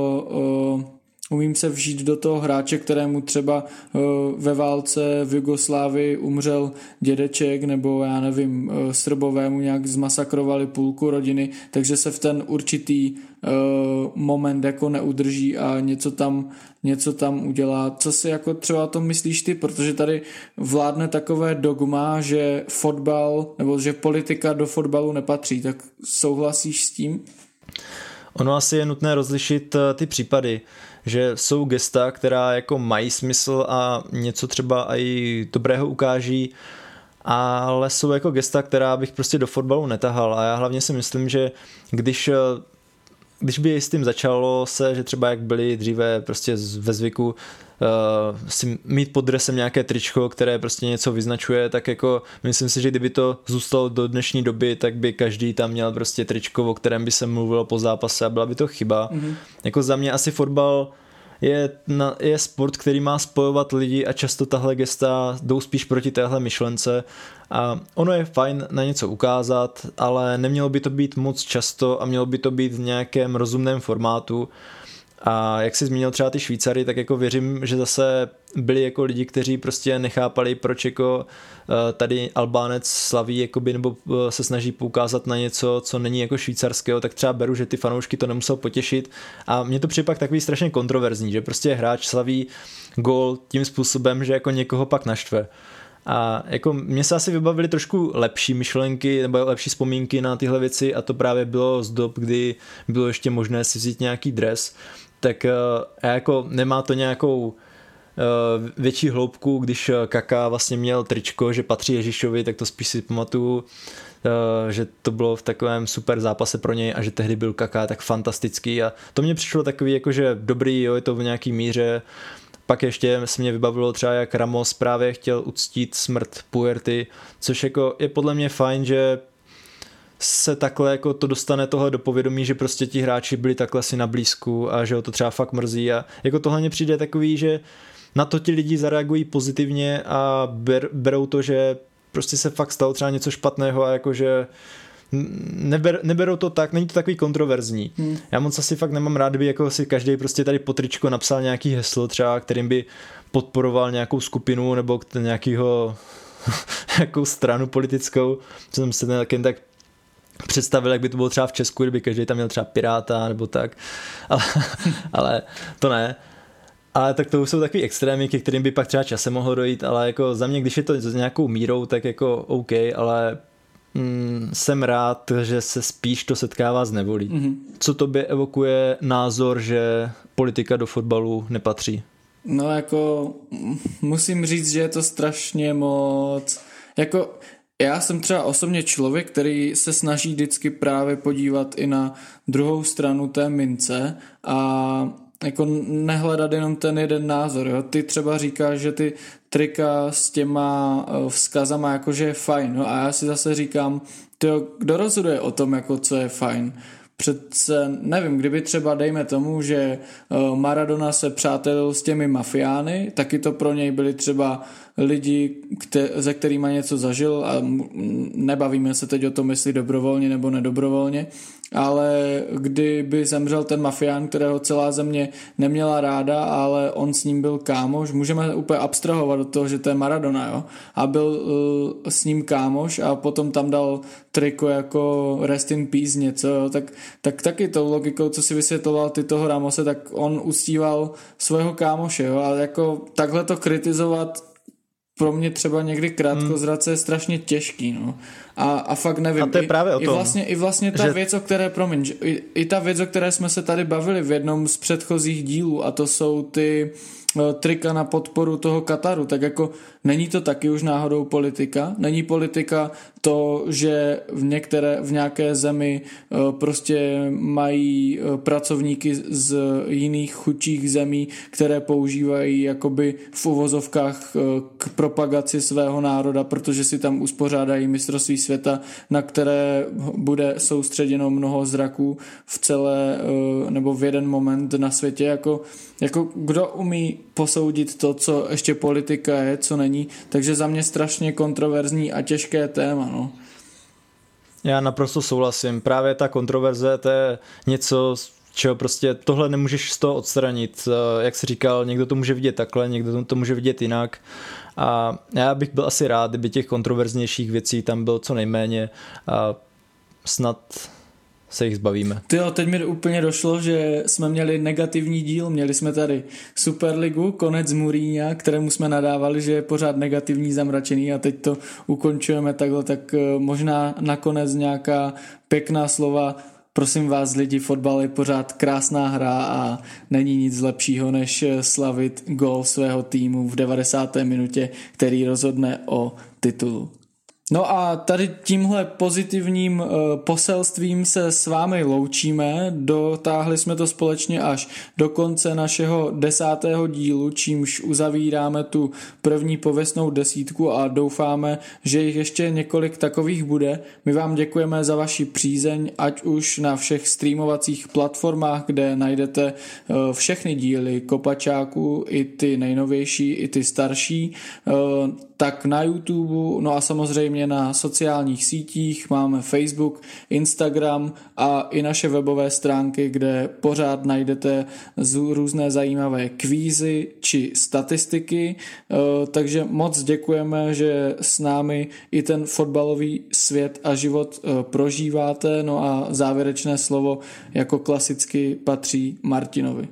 do toho hráče, kterému třeba ve válce v Jugoslávii umřel dědeček, nebo já nevím, Srbové mu nějak zmasakrovali půlku rodiny, takže se v ten určitý moment jako neudrží a něco tam udělá. Co si jako třeba o tom myslíš ty, protože tady vládne takové dogma, že fotbal nebo že politika do fotbalu nepatří, tak souhlasíš s tím? Ono asi je nutné rozlišit ty případy, že jsou gesta, která jako mají smysl a něco třeba i dobrého ukáží, ale jsou jako gesta, která bych prostě do fotbalu netahal a já hlavně si myslím, že když by s tím začalo se, že třeba jak byli dříve prostě ve zvyku si mít pod dresem nějaké tričko, které prostě něco vyznačuje, tak jako myslím si, že kdyby to zůstalo do dnešní doby, tak by každý tam měl prostě tričko, o kterém by se mluvilo po zápase a byla by to chyba. Jako za mě asi fotbal je sport, který má spojovat lidi a často tahle gesta jdou spíš proti téhle myšlence a ono je fajn na něco ukázat, ale nemělo by to být moc často a mělo by to být v nějakém rozumném formátu. A jak jsi zmínil třeba ty Švýcary, tak jako věřím, že zase byli jako lidi, kteří prostě nechápali, proč jako tady Albánec slaví jakoby, nebo se snaží poukázat na něco, co není jako švýcarského, tak třeba beru, že ty fanoušky to nemusel potěšit a mně to přijde pak takový strašně kontroverzní, že prostě hráč slaví gól tím způsobem, že jako někoho pak naštve. A jako mně se asi vybavily trošku lepší myšlenky nebo lepší vzpomínky na tyhle věci a to právě bylo z dob, kdy bylo ještě možné si vzít nějaký dres, tak jako nemá to nějakou větší hloubku, když Kaká vlastně měl tričko, že patří Ježíšovi, tak to spíš si pamatuju, že to bylo v takovém super zápase pro něj a že tehdy byl Kaká tak fantastický a to mně přišlo takový jakože dobrý, jo, je to v nějaký míře. Pak ještě se mě vybavilo třeba, jak Ramos právě chtěl uctít smrt Puerty, což jako je podle mě fajn, že se takhle jako to dostane tohle do povědomí, že prostě ti hráči byli takhle si na blízku a že ho to třeba fakt mrzí a jako tohle mně přijde takový, že na to ti lidi zareagují pozitivně a berou to, že prostě se fakt stalo třeba něco špatného a jakože neberou to tak, není to takový kontroverzní. Já moc asi fakt nemám rád, kdyby jako si každý prostě tady po tričko napsal nějaký heslo třeba, kterým by podporoval nějakou skupinu nebo nějakou stranu politickou, co jsem se tak představil, jak by to bylo třeba v Česku, kdyby každý tam měl třeba Piráta nebo tak, ale to ne. Ale tak to už jsou takový extrémy, ke kterým by pak třeba časem mohlo dojít, ale jako za mě, když je to s nějakou mírou, tak jako OK, ale jsem rád, že se spíš to setkává s nevolí. Co tobě evokuje názor, že politika do fotbalu nepatří? No jako musím říct, že je to strašně moc jako já jsem třeba osobně člověk, který se snaží vždycky právě podívat i na druhou stranu té mince a jako nehledat jenom ten jeden názor. Jo? Ty třeba říkáš, že ty trika s těma vzkazama jakože je fajn. No a já si zase říkám, kdo rozhoduje o tom, jako co je fajn? Přece nevím, kdyby třeba dejme tomu, že Maradona se přátelil s těmi mafiány, taky to pro něj byli třeba lidi, ze kterýma něco zažil a nebavíme se teď o tom, jestli dobrovolně nebo nedobrovolně, ale kdyby zemřel ten mafián, kterého celá země neměla ráda, ale on s ním byl kámoš, můžeme úplně abstrahovat od toho, že to je Maradona, jo? A byl s ním kámoš a potom tam dal triko jako rest in peace něco, jo? Tak taky tou logikou, co si vysvětloval ty toho Ramose, tak on uctíval svého kámoše, jo? A jako takhle to kritizovat pro mě třeba někdy krátkozrace je strašně těžký, no. A fakt nevím. A to je právě o tom. I vlastně ta věc, o které, i ta věc, o které jsme se tady bavili v jednom z předchozích dílů, a to jsou ty trika na podporu toho Kataru, tak jako není to taky už náhodou politika? Není politika to, že v nějaké zemi prostě mají pracovníky z jiných chudších zemí, které používají jakoby v uvozovkách k propagaci svého národa, protože si tam uspořádají mistrovství světa, na které bude soustředěno mnoho zraků v celé nebo v jeden moment na světě. Jako kdo umí posoudit to, co ještě politika je, co není, takže za mě strašně kontroverzní a těžké téma, no. Já naprosto souhlasím. Právě ta kontroverze, to je něco, čeho prostě tohle nemůžeš z toho odstranit. Jak jsi říkal, někdo to může vidět takhle, někdo to může vidět jinak. A já bych byl asi rád, kdyby těch kontroverznějších věcí tam bylo co nejméně a snad se jich zbavíme. Tyjo, teď mi úplně došlo, že jsme měli negativní díl, měli jsme tady Superligu, konec Mourinha, kterému jsme nadávali, že je pořád negativní, zamračený a teď to ukončujeme takhle, tak možná nakonec nějaká pěkná slova. Prosím vás lidi, fotbal je pořád krásná hra a není nic lepšího, než slavit gól svého týmu v 90. minutě, který rozhodne o titulu. No a tady tímhle pozitivním poselstvím se s vámi loučíme, dotáhli jsme to společně až do konce našeho 10. dílu, čímž uzavíráme tu první pověstnou 10 a doufáme, že jich ještě několik takových bude. My vám děkujeme za vaši přízeň, ať už na všech streamovacích platformách, kde najdete všechny díly Kopačáku, i ty nejnovější, i ty starší, tak na YouTube, no a samozřejmě na sociálních sítích máme Facebook, Instagram a i naše webové stránky, kde pořád najdete různé zajímavé kvízy či statistiky, takže moc děkujeme, že s námi i ten fotbalový svět a život prožíváte, no a závěrečné slovo jako klasicky patří Martinovi.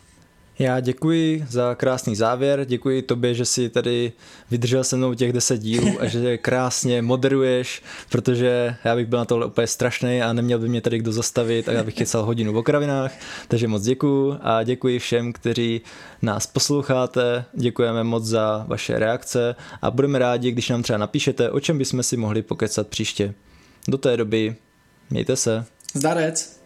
Já děkuji za krásný závěr, děkuji tobě, že jsi tady vydržel se mnou těch 10 dílů a že krásně moderuješ, protože já bych byl na tohle úplně strašný a neměl by mě tady kdo zastavit a já bych kecal hodinu o kravinách, takže moc děkuji a děkuji všem, kteří nás posloucháte, děkujeme moc za vaše reakce a budeme rádi, když nám třeba napíšete, o čem bychom si mohli pokecat příště. Do té doby, mějte se. Zdarec.